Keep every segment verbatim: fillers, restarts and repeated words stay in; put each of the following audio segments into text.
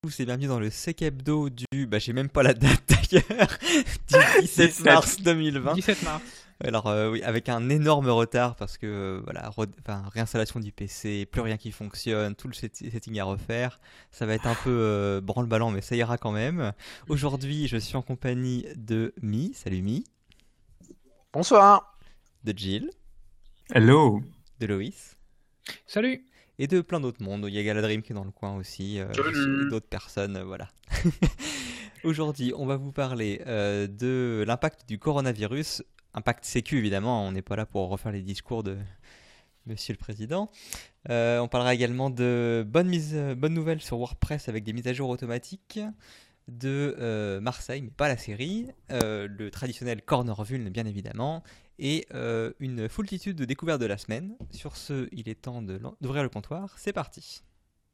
tous et bienvenue dans le Sec Hebdo du, bah j'ai même pas la date d'ailleurs, du dix-sept mars deux mille vingt. dix-sept mars. Alors euh, oui, avec un énorme retard parce que euh, voilà, re- enfin, réinstallation du P C, plus rien qui fonctionne, tout le set- setting à refaire. Ça va être un peu euh, branle-ballant, mais ça ira quand même. Aujourd'hui, je suis en compagnie de Mi, salut Mi, Bonsoir. de Jill, Hello. de Loïs. Salut. Et de plein d'autres mondes. Il y a Galadrim qui est dans le coin aussi. euh, je suis- et d'autres personnes, euh, voilà. Aujourd'hui, on va vous parler euh, de l'impact du coronavirus. Impact sécu, évidemment. On n'est pas là pour refaire les discours de Monsieur le Président. Euh, on parlera également de bonnes, mises, euh, bonnes nouvelles sur WordPress avec des mises à jour automatiques. De euh, Marseille, mais pas la série. Euh, le traditionnel Corner Vuln, bien évidemment. Et euh, une foultitude de découvertes de la semaine. Sur ce, il est temps de l'en- d'ouvrir le comptoir. C'est parti.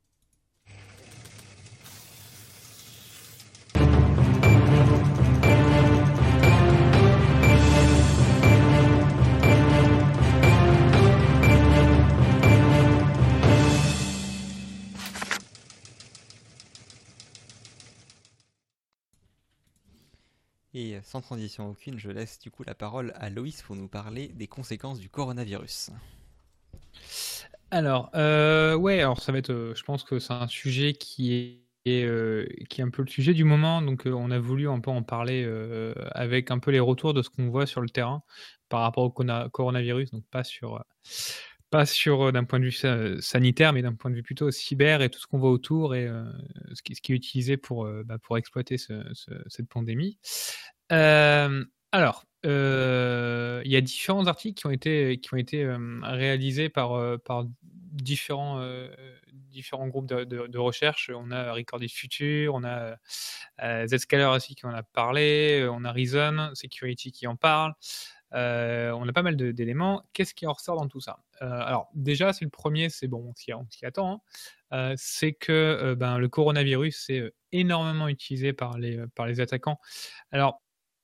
Et euh, sans transition aucune, je laisse du coup la parole à Loïs pour nous parler des conséquences du coronavirus. Alors, euh, ouais, alors ça va être, euh, je pense que c'est un sujet qui est, est, euh, qui est un peu le sujet du moment, donc euh, on a voulu un peu en parler euh, avec un peu les retours de ce qu'on voit sur le terrain par rapport au cona- coronavirus, donc pas sur, euh, pas sur euh, d'un point de vue sa- sanitaire, mais d'un point de vue plutôt cyber et tout ce qu'on voit autour et euh, ce qui, ce qui est utilisé pour, euh, bah, pour exploiter ce- ce- cette pandémie. Euh, alors, euh, il y a différents articles qui ont été, qui ont été euh, réalisés par, euh, par différents, euh, différents groupes de, de- de recherche. On a Recorded Future, on a euh, Zscaler aussi qui en a parlé, on a Reason Security qui en parle. Euh, on a pas mal de- d'éléments. Qu'est-ce qui en ressort dans tout ça? Euh, Alors, déjà, c'est le premier, c'est bon, on s'y on s'y attend, hein. Euh, c'est que euh, ben, le coronavirus, c'est euh, énormément utilisé par les, par les attaquants. Alors,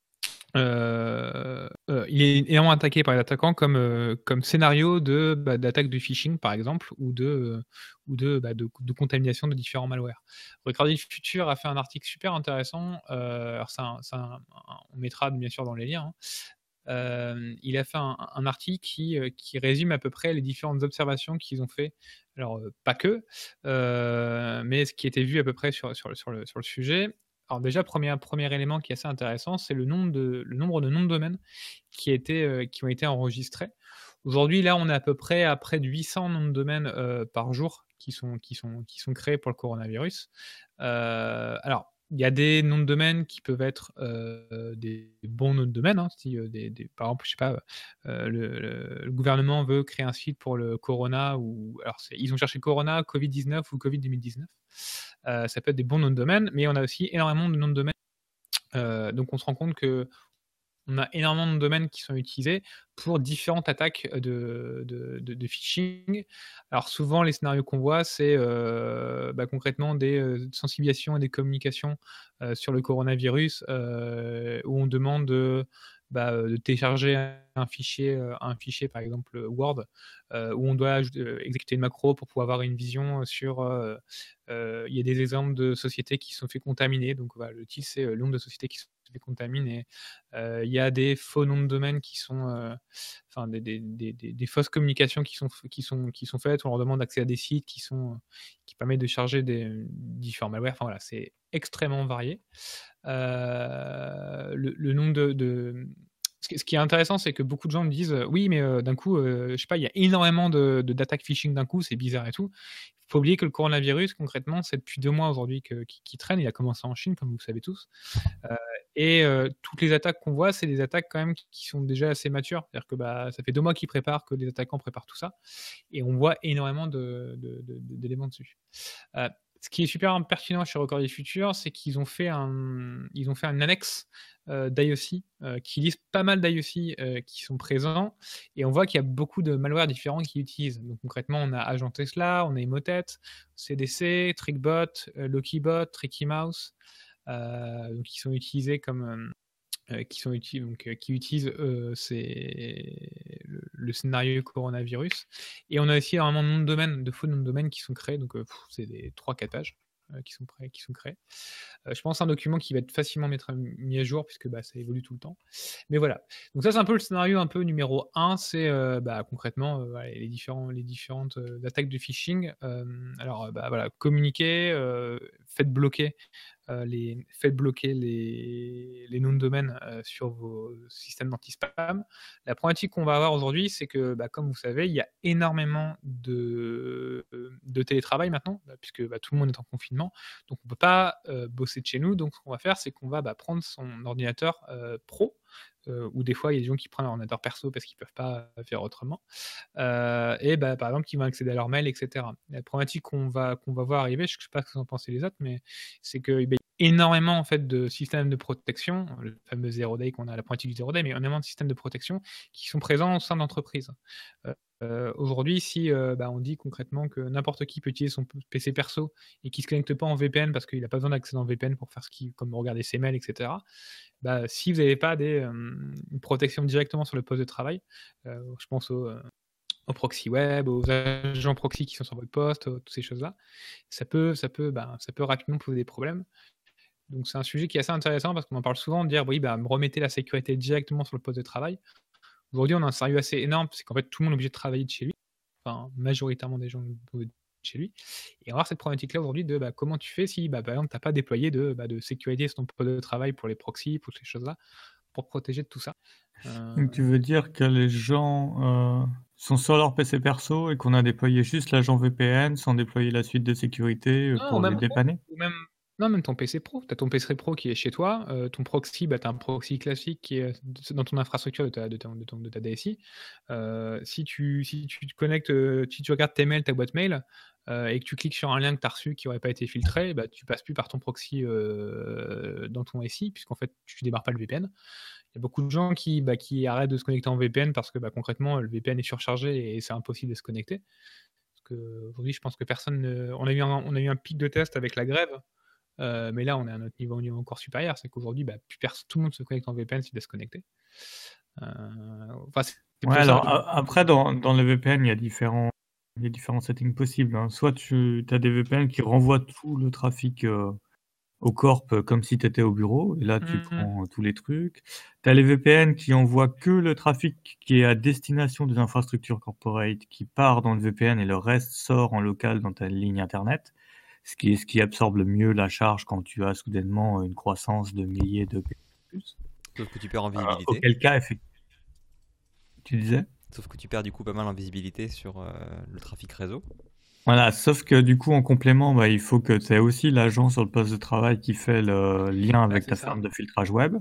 Heu heu, il est énormément attaqué par les attaquants comme, heu, comme scénario de, bah, d'attaque de phishing par exemple ou de, heu, ou de, bah, de de contamination de différents malwares. Recorded Future a fait un article super intéressant, heu, alors c'est un c'est un un on mettra bien sûr dans les liens, hein. Hem, il a fait un un article qui, heu, qui résume à peu près les différentes observations qu'ils ont fait. Alors, heu, pas que, heu, mais ce qui était vu à peu près sur sur le sur le sur le sujet. Alors déjà, premier premier élément qui est assez intéressant, c'est le nombre de le nombre de noms de domaines qui étaient, heu, qui ont été enregistrés. Aujourd'hui, là, on est à peu près à près de huit cents noms de domaines, heu, par jour qui sont qui sont qui sont créés pour le coronavirus. Heu, alors, il y a des noms de domaine qui peuvent être, heu, des bons noms de domaine, hein, si, heu, des des par exemple, je sais pas, heu, le le le gouvernement veut créer un site pour le corona ou alors c'est ils ont cherché corona, covid dix-neuf ou covid deux mille dix-neuf. Heu, ça peut être des bons noms de domaine, mais on a aussi énormément de noms de domaine. Heu, donc on se rend compte que on a énormément de domaines qui sont utilisés pour différentes attaques de de de de phishing. Alors souvent, les scénarios qu'on voit, c'est, heu, bah, concrètement des, heu, sensibilisations et des communications, heu, sur le coronavirus, heu, où on demande de, bah, heu, de télécharger un fichier, heu, un fichier par exemple, Word, heu, où on doit ajouter heu, exécuter une macro pour pouvoir avoir une vision, sur, heu heu, il y a des exemples de sociétés qui se sont fait contaminer, donc voilà, le titre c'est, heu, le nombre de sociétés qui se sont fait contaminer. Heu, il y a des faux noms de domaine qui sont, heu, enfin des des des des des fausses communications qui sont f qui sont qui sont faites. On leur demande d'accéder à des sites qui sont, qui permettent de charger des différents malwares. Enfin voilà, c'est extrêmement varié. Heu, le le nombre de de ce qui ce qui est intéressant, c'est que beaucoup de gens me disent, heu: «Oui, mais heu, d'un coup, heu, je sais pas, il y a énormément de de d'attaques phishing d'un coup, c'est bizarre et tout». Il faut oublier que le coronavirus concrètement, c'est depuis deux mois aujourd'hui que qui qui traîne. Il a commencé en Chine, comme vous le savez tous. Heu et heu, toutes les attaques qu'on voit, c'est des attaques quand même qui qui sont déjà assez matures. C'est-à-dire que, bah, ça fait deux mois qu'ils préparent, que les attaquants préparent tout ça et on voit énormément de de de de d'éléments dessus. Heu, Ce qui est super pertinent chez Record des Futurs, c'est qu'ils ont fait un ils ont fait un annexe, heu, d'I O C, heu, qui liste pas mal d'I O C, heu, qui sont présents et on voit qu'il y a beaucoup de malwares différents qu'ils utilisent. Donc concrètement, on a Agent Tesla, on a Emotet, C D C, TrickBot, heu, LokiBot, Tricky Mouse, heu, donc qui sont utilisés comme, hem, heu, qui sont uti donc heu, qui utilisent, heu, ces le le scénario coronavirus et on a aussi énormément de noms de domaine, de faux noms de domaine qui sont créés donc heu, c'est des trois quatre pages. euh, qui, sont prêts, qui sont créés. Euh, je pense un document qui va être facilement mettre, mis à jour puisque bah, ça évolue tout le temps. Mais voilà. Donc ça, c'est un peu le scénario un peu numéro un. C'est euh, bah, concrètement euh, voilà, les, différents, les différentes euh, attaques de phishing. Euh, alors, bah, voilà, communiquer, euh, faites bloquer euh, les, faites bloquer les, les noms de domaine euh, sur vos systèmes d'anti-spam. La problématique qu'on va avoir aujourd'hui, c'est que, bah, comme vous savez, il y a énormément de, de télétravail maintenant, bah, puisque bah, tout le monde est en confinement. Donc, on ne peut pas euh, bosser de chez nous. Donc, ce qu'on va faire, c'est qu'on va bah, prendre son ordinateur euh, pro, euh, ou des fois, il y a des gens qui prennent leur ordinateur perso parce qu'ils ne peuvent pas faire autrement. Euh, et bah, par exemple, qui vont accéder à leur mail, et cetera. La problématique qu'on va, qu'on va voir arriver, je ne sais pas ce que vous en pensez les autres, mais c'est qu'il y a énormément en fait, de systèmes de protection, le fameux zero day qu'on a, la problématique du zero day, mais énormément de systèmes de protection qui sont présents au sein de l'entreprise. Euh, euh, Aujourd'hui, si euh, bah, on dit concrètement que n'importe qui peut utiliser son P C perso et qui ne se connecte pas en V P N parce qu'il n'a pas besoin d'accéder en V P N pour faire ce qui, comme regarder ses mails, et cetera. Bah, si vous n'avez pas des, euh, une protection directement sur le poste de travail, euh, je pense au, euh, au proxy web, aux agents proxy qui sont sur votre poste, toutes ces choses-là, ça peut, ça peut, bah, ça peut rapidement poser des problèmes. Donc c'est un sujet qui est assez intéressant parce qu'on en parle souvent de dire oui, bah, remettez la sécurité directement sur le poste de travail. Aujourd'hui, on a un sérieux assez énorme, c'est qu'en fait tout le monde est obligé de travailler de chez lui, enfin majoritairement des gens de chez lui. Et on va avoir cette problématique-là aujourd'hui de bah, comment tu fais si bah, par exemple tu n'as pas déployé de, bah, de sécurité sur ton poste de travail pour les proxys, pour ces choses-là, pour protéger de tout ça. Euh... Donc tu veux dire que les gens euh, sont sur leur P C perso et qu'on a déployé juste l'agent V P N sans déployer la suite de sécurité non, pour les dépanner ou même, Non, même ton P C pro. Tu as ton P C pro qui est chez toi. Euh, ton proxy, bah, tu as un proxy classique qui est dans ton infrastructure de ta, de ta, de ton, de ta D S I. Euh, si, tu, si tu te connectes, si tu regardes tes mails, ta boîte mail, euh, et que tu cliques sur un lien que tu as reçu qui n'aurait pas été filtré, bah, tu passes plus par ton proxy euh, dans ton S I, puisqu'en fait, tu ne démarres pas le V P N. Il y a beaucoup de gens qui, bah, qui arrêtent de se connecter en V P N parce que bah, concrètement, le V P N est surchargé et c'est impossible de se connecter. Aujourd'hui, je pense que personne. Ne... On, a eu un, on a eu un pic de test avec la grève. Euh, mais là, on est à notre niveau, niveau encore supérieur. C'est qu'aujourd'hui, bah, plus personne, tout le monde se connecte en V P N s'il doit se connecter. Euh, enfin, ouais, alors, ça, après, dans, dans le V P N, il y a différents, il y a différents settings possibles. Hein. Soit tu as des V P N qui renvoient tout le trafic euh, au corp comme si tu étais au bureau. Et là, tu mm-hmm. prends tous les trucs. Tu as les V P N qui envoient que le trafic qui est à destination des infrastructures corporate, qui part dans le V P N et le reste sort en local dans ta ligne Internet. Ce qui, ce qui absorbe le mieux la charge quand tu as soudainement une croissance de milliers de plus. Sauf que tu perds en visibilité. Euh, auquel cas, effectivement. Tu disais ? Sauf que tu perds du coup pas mal en visibilité sur euh, le trafic réseau. Voilà, sauf que du coup, en complément, bah, il faut que tu aies aussi l'agent sur le poste de travail qui fait le lien avec ouais, ta ça. ferme de filtrage web.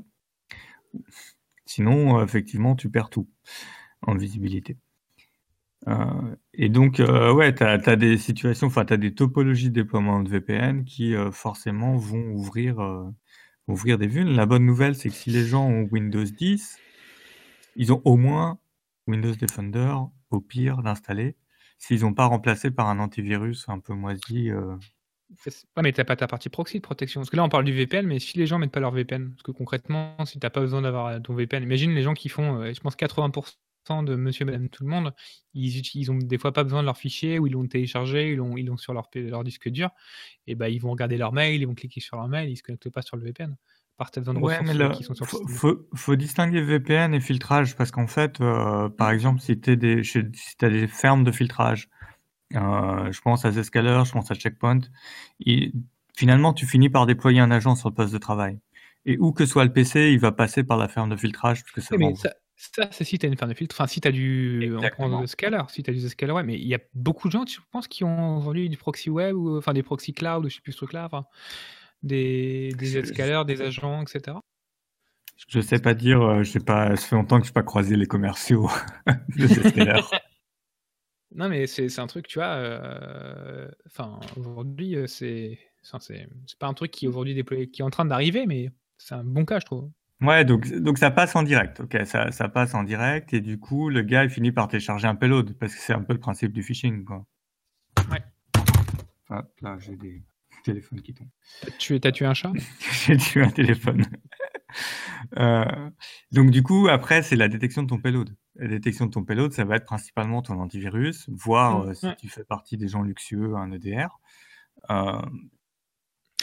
Sinon, euh, effectivement, tu perds tout en visibilité. Euh, et donc, euh, ouais, tu as des situations, enfin, tu as des topologies de déploiement de V P N qui, euh, forcément, vont ouvrir, euh, ouvrir des vulnes. La bonne nouvelle, c'est que si les gens ont Windows dix, ils ont au moins Windows Defender, au pire, d'installer, s'ils n'ont pas remplacé par un antivirus un peu moisi. Euh... Ouais, mais tu n'as pas ta partie proxy de protection. Parce que là, on parle du V P N, mais si les gens ne mettent pas leur V P N, parce que concrètement, si tu n'as pas besoin d'avoir ton V P N, imagine les gens qui font, euh, je pense, quatre-vingts pour cent de monsieur, madame, tout le monde, ils, ils ont des fois pas besoin de leur fichier, ou ils l'ont téléchargé, ils l'ont, ils l'ont sur leur, leur disque dur, et bah, ils vont regarder leur mail, ils vont cliquer sur leur mail, ils ne se connectent pas sur le V P N. Par tes besoin de ouais, ressources mais qui sont sur faut, faut, faut distinguer V P N et filtrage, parce qu'en fait, euh, par mmh. exemple, si tu des, si as des fermes de filtrage, euh, je pense à Zscaler, je pense à Checkpoint, et finalement, tu finis par déployer un agent sur le poste de travail. Et où que soit le P C, il va passer par la ferme de filtrage, parce que ça oui, ça, ça, c'est si tu as une ferme de filtre. Enfin, si tu as du. Exactement. On prend Zscaler. Si tu as du Zscaler, ouais, mais il y a beaucoup de gens, je pense, qui ont aujourd'hui du proxy web, ou enfin des proxy cloud, ou je sais plus ce truc-là, enfin, des, des Zscaler, des agents, et cetera. Je sais pas dire, euh, je sais pas, ça fait longtemps que je n'ai pas croisé les commerciaux de Zscaler. Non, mais c'est un truc, tu vois, enfin, euh, aujourd'hui, c'est c'est pas un truc qui est aujourd'hui déployé, qui est en train d'arriver, mais c'est un bon cas, je trouve. Ouais, donc, donc ça passe en direct, ok, ça, ça passe en direct, et du coup, le gars, il finit par télécharger un payload, parce que c'est un peu le principe du phishing, quoi. Ouais. Ah, là, j'ai des téléphones qui tombent. T'as tué, t'as tué un chat? J'ai tué un téléphone. euh, donc, du coup, après, c'est la détection de ton payload. La détection de ton payload, ça va être principalement ton antivirus, voire mmh, euh, si ouais. tu fais partie des gens luxueux, un E D R. Euh,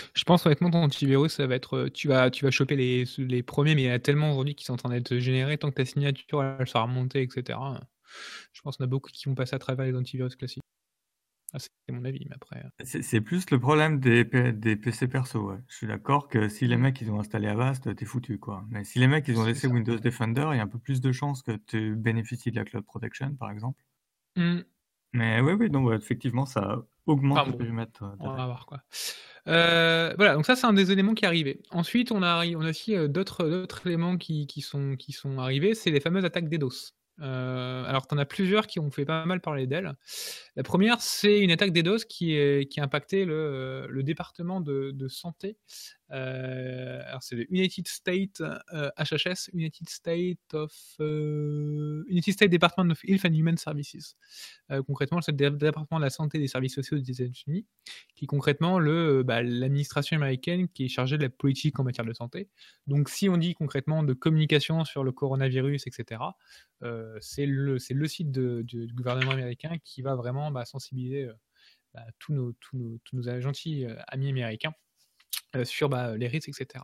Je pense honnêtement ton antivirus, ça va être, heu, tu vas tu vas choper les ce les premiers, mais il y en a tellement aujourd'hui qui sont en train d'être générés, tant que ta signature elle sera remontée et cetera, heu, je pense qu'il y en a beaucoup qui vont passer à travers les antivirus classiques. Ah, c'est mon avis, mais après, heu C'est c'est plus le problème des P des P C perso, ouais. Je suis d'accord que si les Mmh. mecs ils ont installé Avast, tu es foutu, quoi. Mais si les mecs ils ont C'est laissé ça. Windows Defender, il y a un peu plus de chances que tu bénéficies de la cloud protection, par exemple. Mmh. Mais oui, oui, donc ouais, effectivement, ça augmente Enfin le bon, périmètre, heu, on va d'attaque. voir quoi. Heu, voilà, donc ça c'est un des éléments qui est arrivé. Ensuite on a arri on a aussi, heu, d'autres, d'autres éléments qui qui sont qui sont arrivés, c'est les fameuses attaques DDoS. Heu, alors tu en as plusieurs qui ont fait pas mal parler d'elles. La première, c'est une attaque DDoS qui est qui a impacté le, heu, le département de de santé. Heu, alors c'est le United States, heu, H H S, United States of, heu, United States Department of Health and Human Services. Heu, concrètement, c'est le dé département de la santé et des services sociaux des États-Unis, qui est concrètement le, heu, bah, l'administration américaine qui est chargée de la politique en matière de santé. Donc si on dit concrètement de communication sur le coronavirus et cetera, heu, c'est le c'est le site de du du gouvernement américain qui va vraiment, bah, sensibiliser, heu, bah, tous nos tous nos tous nos a gentils, heu, amis américains, heu, sur, bah, les risques et cetera.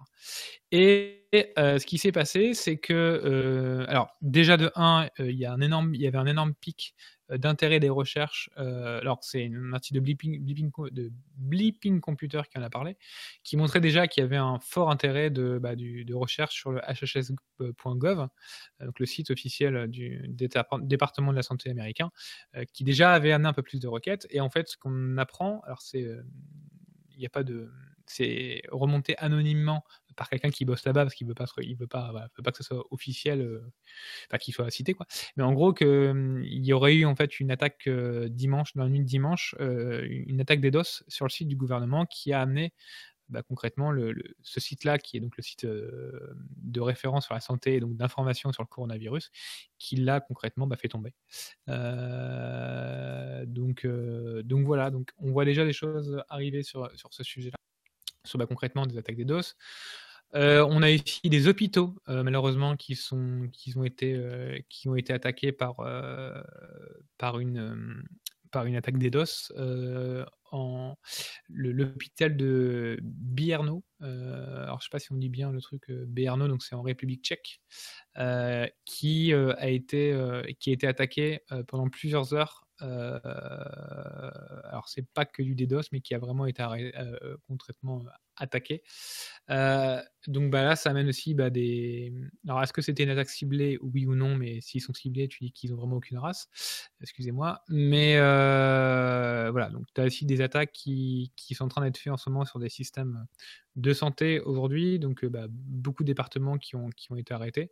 Et heu, ce qui s'est passé, c'est que, heu, alors déjà de un, heu, il y a un énorme il y avait un énorme pic, heu, d'intérêt des recherches, heu, alors c'est une article de Bleeping Bleeping Co de Bleeping Computer qui en a parlé, qui montrait déjà qu'il y avait un fort intérêt de, bah, du de recherche sur le H H S heu, point gov, heu, donc le site officiel, du détapart département de la santé américain, heu, qui déjà avait amené un peu plus de requêtes et en fait, ce qu'on apprend, alors c'est, hem, il y a pas de c'est remonté anonymement par quelqu'un qui bosse là-bas parce qu'il veut pas se il veut pas, voilà, veut pas que ce soit officiel, heu, enfin qu'il soit cité quoi. Mais en gros que, mmh, il y aurait eu en fait une attaque, heu, dimanche, dans la nuit de dimanche, heu, une attaque DDoS sur le site du gouvernement qui a amené, bah, concrètement le le ce site-là qui est donc le site, heu, de référence sur la santé et donc d'information sur le coronavirus, qui l'a concrètement, bah, fait tomber. Heu, donc heu, donc voilà, donc on voit déjà des choses arriver sur, sur ce sujet-là, sur, bah, concrètement des attaques DDoS. Heu, on a ici des hôpitaux, heu, malheureusement qui sont qui ont été, heu, qui ont été attaqués par, heu, par une, hem, par une attaque DDoS, heu, en le l'hôpital de Brno, heu, alors je sais pas si on dit bien le truc, heu, Brno, donc c'est en République tchèque, heu, qui, heu, a été, heu, qui a été attaqué, heu, pendant plusieurs heures. Heu, alors c'est pas que du DDoS, mais qui a vraiment été arrê heu, concrètement attaqué. Heu, donc bah, là, ça amène aussi, bah, des mmh, alors est-ce que c'était une attaque ciblée? Oui ou non, mais s'ils sont ciblés, tu dis qu'ils ont vraiment aucune race. Excusez-moi, mais heu, voilà, donc tu as aussi des attaques qui qui sont en train d'être faits en ce moment sur des systèmes de santé aujourd'hui, donc heu, bah, beaucoup de départements qui ont qui ont été arrêtés.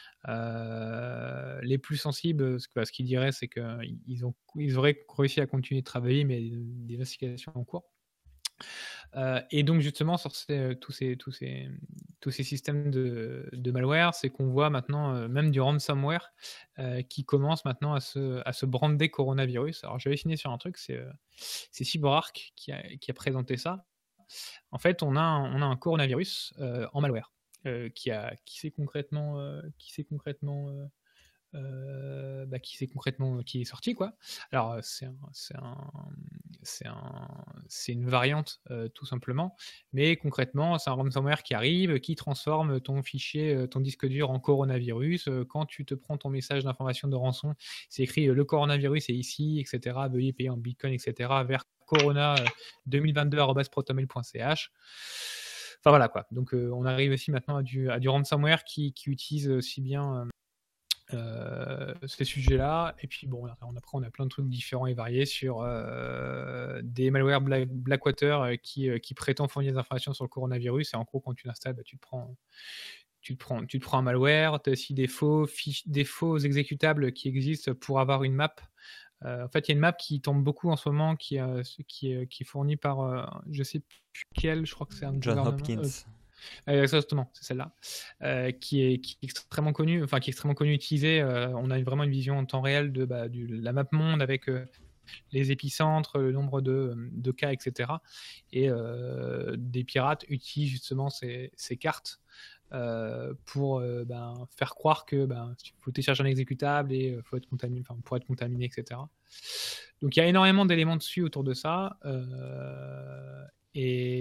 Heu, les plus sensibles, ce que bah, ce qu'ils diraient, c'est qu'ils ils ont ils auraient réussi à continuer de travailler, mais des investigations en cours. Heu et donc justement sur ces, tous ces tous ces, mmh, tous ces systèmes de de malware, c'est qu'on voit maintenant, heu, même du ransomware, heu, qui commence maintenant à se à se brander coronavirus. Alors j'avais signé sur un truc, c'est, heu, c'est CyberArk qui a qui a présenté ça. En fait, on a un on a un coronavirus, heu, en malware, heu, qui a qui s'est concrètement, heu, qui s'est concrètement, heu heu, bah, qui s'est concrètement qui est sorti quoi. Alors, heu, c'est un c'est un, mmh, c'est un c'est une variante, heu, tout simplement, mais concrètement, c'est un ransomware qui arrive, qui transforme ton fichier, heu, ton disque dur en coronavirus. Heu, quand tu te prends ton message d'information de rançon, c'est écrit, heu: «Le coronavirus est ici et cetera, veuillez payer en bitcoin et cetera vers corona, heu, deux mille vingt-deux arobase protonmail point c h». Enfin voilà quoi, donc heu, on arrive aussi maintenant à du à du ransomware qui qui utilise aussi bien, hem, heu, ces sujets-là et puis bon, après on après on a plein de trucs différents et variés sur, heu, des malwares Black Blackwater, heu, qui, heu, qui prétend fournir des informations sur le coronavirus et en gros quand tu l'installes, bah, tu te prends tu te prends tu te prends un malware. Tu as aussi des faux fiches des faux exécutables qui existent pour avoir une map. Heu, en fait, il y a une map qui tombe beaucoup en ce moment qui, heu, qui est qui est fournie par, heu, je sais plus quel, je crois que c'est un John gouvernement, heu Hopkins. Heu, exactement, c'est celle-là, heu, qui est qui est extrêmement connue, enfin qui est extrêmement connue, utilisée, heu, on a vraiment une vision en temps réel de, bah, du la map monde avec, heu, les épicentres, le nombre de, hem, de cas et cetera et heu, des pirates utilisent justement ces ces cartes, heu, pour, heu, ben, faire croire que, ben, il faut télécharger un exécutable et heu, faut être contaminé, enfin pour être contaminé et cetera. Donc il y a énormément d'éléments dessus autour de ça, heu et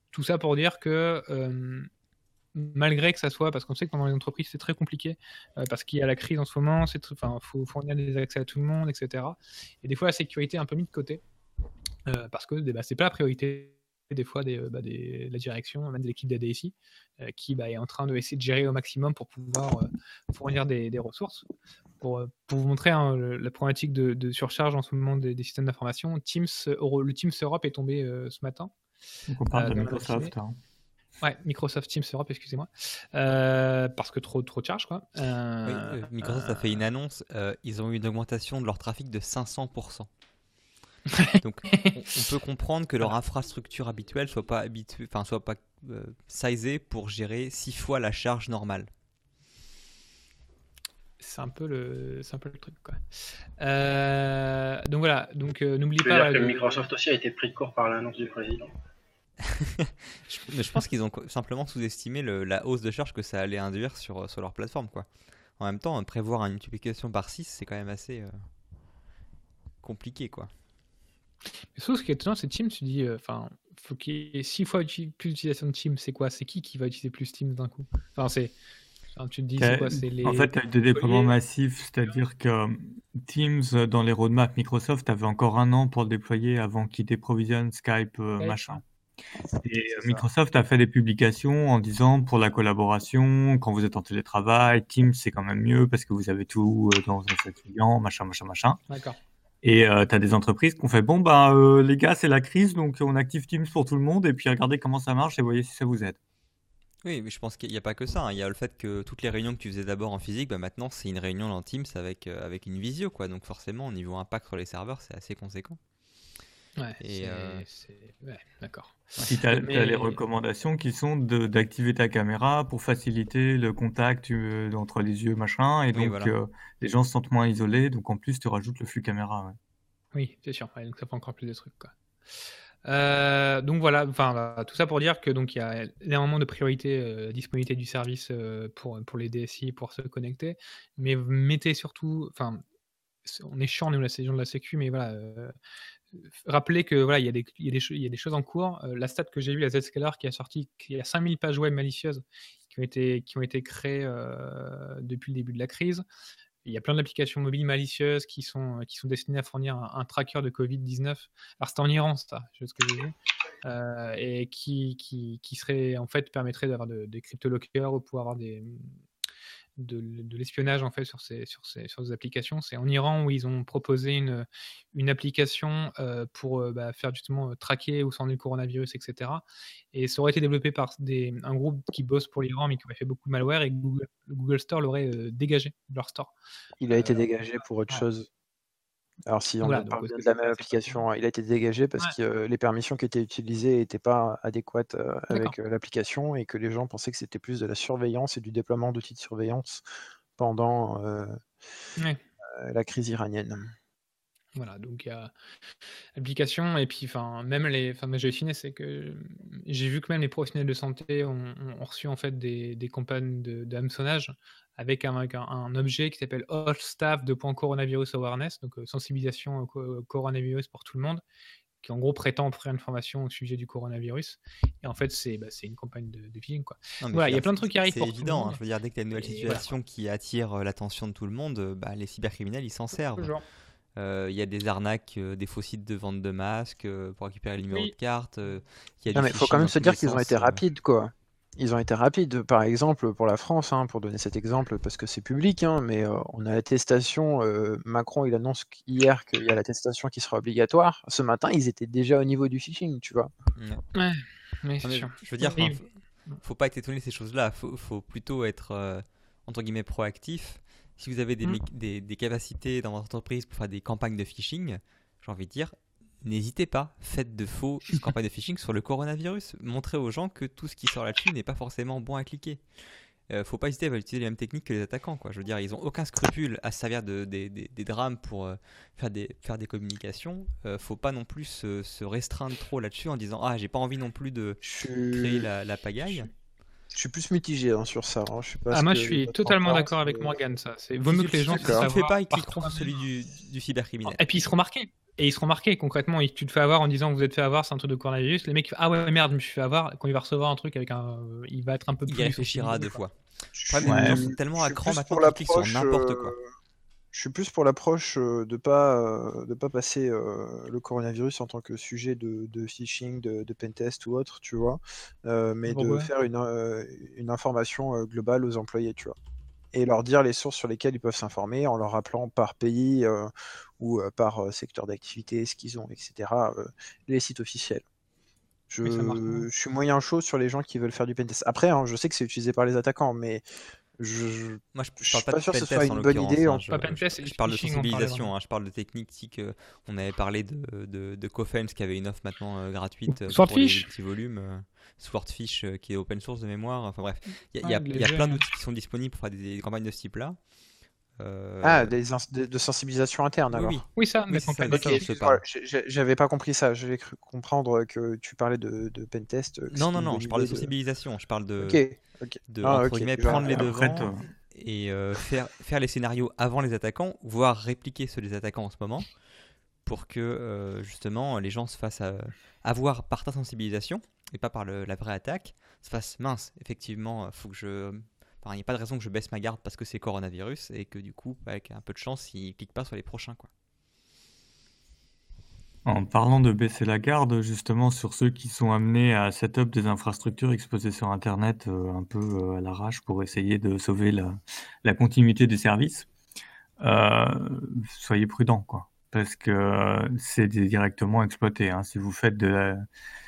tout ça pour dire que euh, malgré que ça soit, parce qu'on sait que dans les entreprises c'est très compliqué, euh, parce qu'il y a la crise en ce moment, il faut fournir des accès à tout le monde, et cetera. Et des fois la sécurité est un peu mise de côté, euh, parce que bah, c'est pas la priorité des fois des, bah, des, la direction, même de l'équipe d'A D S I, euh, qui bah, est en train d'essayer de gérer au maximum pour pouvoir euh, fournir des, des ressources. Pour, pour vous montrer hein, le, la problématique de, de surcharge en ce moment des, des systèmes d'information, Teams, le Teams Europe est tombé euh, ce matin. Donc on parle euh, de Microsoft. Hein. Ouais, Microsoft Teams Europe, excusez-moi. Euh, parce que trop, trop de charge, quoi. Euh, oui, euh, Microsoft euh, a fait une annonce, euh, ils ont eu une augmentation de leur trafic de cinq cents pour cent. Donc on, on peut comprendre que leur infrastructure habituelle soit pas habituée, enfin soit pas euh, sizée pour gérer six fois la charge normale. C'est un peu le, c'est un peu le truc, quoi. Euh, donc voilà, donc euh, n'oubliez pas. Dire que de... Microsoft aussi a été pris de court par l'annonce du président. je, je pense qu'ils ont simplement sous-estimé le, la hausse de charge que ça allait induire sur, sur leur plateforme, quoi. En même temps, prévoir une multiplication par six, c'est quand même assez euh, compliqué, quoi. Mais sauf ce qui est étonnant, c'est Teams, tu dis, enfin, euh, faut qu'il y ait six fois plus d'utilisation de Teams, c'est quoi? C'est qui qui va utiliser plus Teams d'un coup? Enfin, c'est. Enfin, tu te dis, c'est quoi? C'est les. En fait, tu as eu des déploiements massifs, c'est-à-dire que Teams, dans les roadmaps Microsoft, avait encore un an pour le déployer avant qu'ils déprovisionnent Skype, euh, ouais. machin. Et Microsoft a fait des publications en disant pour la collaboration, quand vous êtes en télétravail, Teams c'est quand même mieux parce que vous avez tout dans un seul client, machin, machin, machin. D'accord. Et euh, tu as des entreprises qui ont fait bon, bah euh, les gars, c'est la crise, donc on active Teams pour tout le monde et puis regardez comment ça marche et voyez si ça vous aide. Oui, mais je pense qu'il n'y a pas que ça. Hein. Il y a le fait que toutes les réunions que tu faisais d'abord en physique, bah maintenant c'est une réunion dans Teams avec, euh, avec une visio, quoi. Donc forcément, au niveau impact sur les serveurs, c'est assez conséquent. Ouais, et c'est, euh... c'est... ouais, d'accord. Puis tu as mais... les recommandations qui sont de, d'activer ta caméra pour faciliter le contact euh, entre les yeux, machin, et donc oui, voilà. euh, les gens se sentent moins isolés, donc en plus tu rajoutes le flux caméra. Ouais. Oui, c'est sûr, ouais, donc ça fait encore plus de trucs, quoi. Euh, donc voilà, enfin tout ça pour dire que donc il y a énormément de priorité euh, disponibilité du service euh, pour pour les D S I pour se connecter, mais mettez surtout, enfin on est chiant nous la saison de la sécu, mais voilà. Euh, Rappelez que voilà, il y a des, il y a des, il y a des choses en cours. Euh, la stat que j'ai vue, la Zscaler, qui a sorti, qu'il y a cinq mille pages web malicieuses qui ont été, qui ont été créées euh, depuis le début de la crise. Il y a plein d'applications mobiles malicieuses qui sont, qui sont destinées à fournir un, un tracker de covid dix-neuf. Alors c'était en Iran, ça, c'est ce que j'ai vu, euh, et qui, qui, qui serait en fait permettrait d'avoir de, des cryptolockers ou pour avoir des De, de l'espionnage en fait sur ces, sur ces, sur ces applications. C'est en Iran où ils ont proposé une, une application euh, pour euh, bah, faire justement euh, traquer où s'en est le coronavirus, et cetera. Et ça aurait été développé par des, un groupe qui bosse pour l'Iran mais qui aurait fait beaucoup de malware et Google, le Google Store l'aurait euh, dégagé de leur store. Il a été euh, dégagé pour autre ouais. chose. Alors si on voilà, parle donc, de la même application, il a été dégagé parce ouais. que euh, les permissions qui étaient utilisées n'étaient pas adéquates euh, avec euh, l'application et que les gens pensaient que c'était plus de la surveillance et du déploiement d'outils de surveillance pendant euh, ouais. euh, la crise iranienne. Voilà, donc il y a l'application et puis enfin même les, enfin j'ai fini, c'est que j'ai vu que même les professionnels de santé ont, ont reçu en fait des, des campagnes de, de hameçonnage avec un, avec un, un objet qui s'appelle All Staff de Coronavirus Awareness, donc euh, sensibilisation au, au coronavirus pour tout le monde, qui en gros prétend offrir une formation au sujet du coronavirus. Et en fait, c'est, bah, c'est une campagne de, de phishing, quoi. Non, voilà, il y a plein de trucs qui arrivent c'est pour évident, tout le monde. Hein, je veux dire, dès que tu as une nouvelle et situation voilà. qui attire euh, l'attention de tout le monde, bah, les cybercriminels, ils s'en servent. Il euh, y a des arnaques, euh, des faux sites de vente de masques euh, pour récupérer le numéro oui. de carte. Euh, y a non, mais il faut quand même se dire qu'ils ont été euh... rapides, quoi. Ils ont été rapides, par exemple, pour la France, hein, pour donner cet exemple, parce que c'est public, hein, mais euh, on a l'attestation, euh, Macron, il annonce hier qu'il y a l'attestation qui sera obligatoire. Ce matin, ils étaient déjà au niveau du phishing, tu vois. Ouais, mais c'est mais, sûr. Je veux dire, oui. faut, faut pas être étonné de ces choses-là, faut, faut plutôt être, euh, entre guillemets, proactif. Si vous avez des, mmh. des, des capacités dans votre entreprise pour faire des campagnes de phishing, j'ai envie de dire, n'hésitez pas, faites de faux campagnes de phishing sur le coronavirus. Montrez aux gens que tout ce qui sort là-dessus n'est pas forcément bon à cliquer. Euh, faut pas hésiter à utiliser les mêmes techniques que les attaquants, quoi. Je veux dire, ils ont aucun scrupule à se servir de, de, de, des drames pour euh, faire, des, faire des communications. Euh, faut pas non plus se, se restreindre trop là-dessus en disant ah j'ai pas envie non plus de je... créer la, la pagaille. Je suis plus mitigé hein, sur ça. Hein. Je sais pas ah, moi, je suis totalement d'accord c'est... avec Morgane. Ça, c'est vaut mieux que les gens. Si tu le fais pas, ils cliqueront sur celui du, du cybercriminel. Et puis ils seront marqués. et ils seront marqués concrètement. Tu te fais avoir en disant que vous êtes fait avoir, c'est un truc de coronavirus. Les mecs, ah ouais, merde, je me suis fait avoir. Quand il va recevoir un truc avec un. Il va être un peu plus. Il réfléchira deux fois. Je Le suis, problème, les gens ouais, sont tellement à je suis cran plus maintenant pour qu'ils cliquent sur l'approche. n'importe euh, quoi. Je suis plus pour l'approche euh, de pas euh, de pas passer euh, le coronavirus en tant que sujet de, de phishing, de, de pentest ou autre, tu vois, euh, mais de Pourquoi faire une, euh, une information euh, globale aux employés, tu vois, et leur dire les sources sur lesquelles ils peuvent s'informer en leur rappelant par pays euh, ou euh, par euh, secteur d'activité, ce qu'ils ont, et cetera, euh, les sites officiels. Je, Oui, ça marche, hein. je suis moyen chaud sur les gens qui veulent faire du pentest. Après, hein, je sais que c'est utilisé par les attaquants, mais je, je, Moi, je, je je parle suis pas pas de sûr que ce pentest soit en une bonne l'occurrence. idée. hein, en- je, Pas je- pentest, c'est je du parle de phishing, on parlait sensibilisation. vraiment. hein, je parle de technique. si que on avait parlé de, de, de Cofence qui avait une offre maintenant euh, gratuite euh, pour les, Swordfish. les petits volumes. euh, Swordfish euh, qui est open source de mémoire. Enfin bref, il y, a- il y Ouais, a- de il y a les plein jeux, d'outils qui sont disponibles pour faire des, des campagnes de ce type-là. Euh, Ah, des ins- de, de sensibilisation interne oui, alors. oui. Oui, ça, Oui, la c'est ça, campagne. de Ok, ça dont je te excuse-moi, parle. j'ai- j'ai- j'avais pas compris ça. J'avais cru comprendre que tu parlais de, de pentest, que Non, c'était non, une non, bonne je parle de idée de. sensibilisation. Je parle de, Ok, ok. de Ah, entre ok. guillemets, Genre, prendre les euh, Après, devants toi- et euh, faire, faire les scénarios avant les attaquants, voire répliquer ceux des attaquants en ce moment, pour que euh, justement les gens se fassent euh, avoir par ta sensibilisation et pas par le- la vraie attaque, se fassent mince, effectivement, euh, faut que je. Enfin, il n'y a pas de raison que je baisse ma garde parce que c'est coronavirus et que du coup, avec un peu de chance, ils cliquent pas sur les prochains. Quoi. En parlant de baisser la garde, justement, sur ceux qui sont amenés à set up des infrastructures exposées sur Internet euh, un peu euh, à l'arrache pour essayer de sauver la, la continuité des services, euh, soyez prudents, quoi. Parce que euh, c'est des- directement exploité. hein. Si vous faites de la,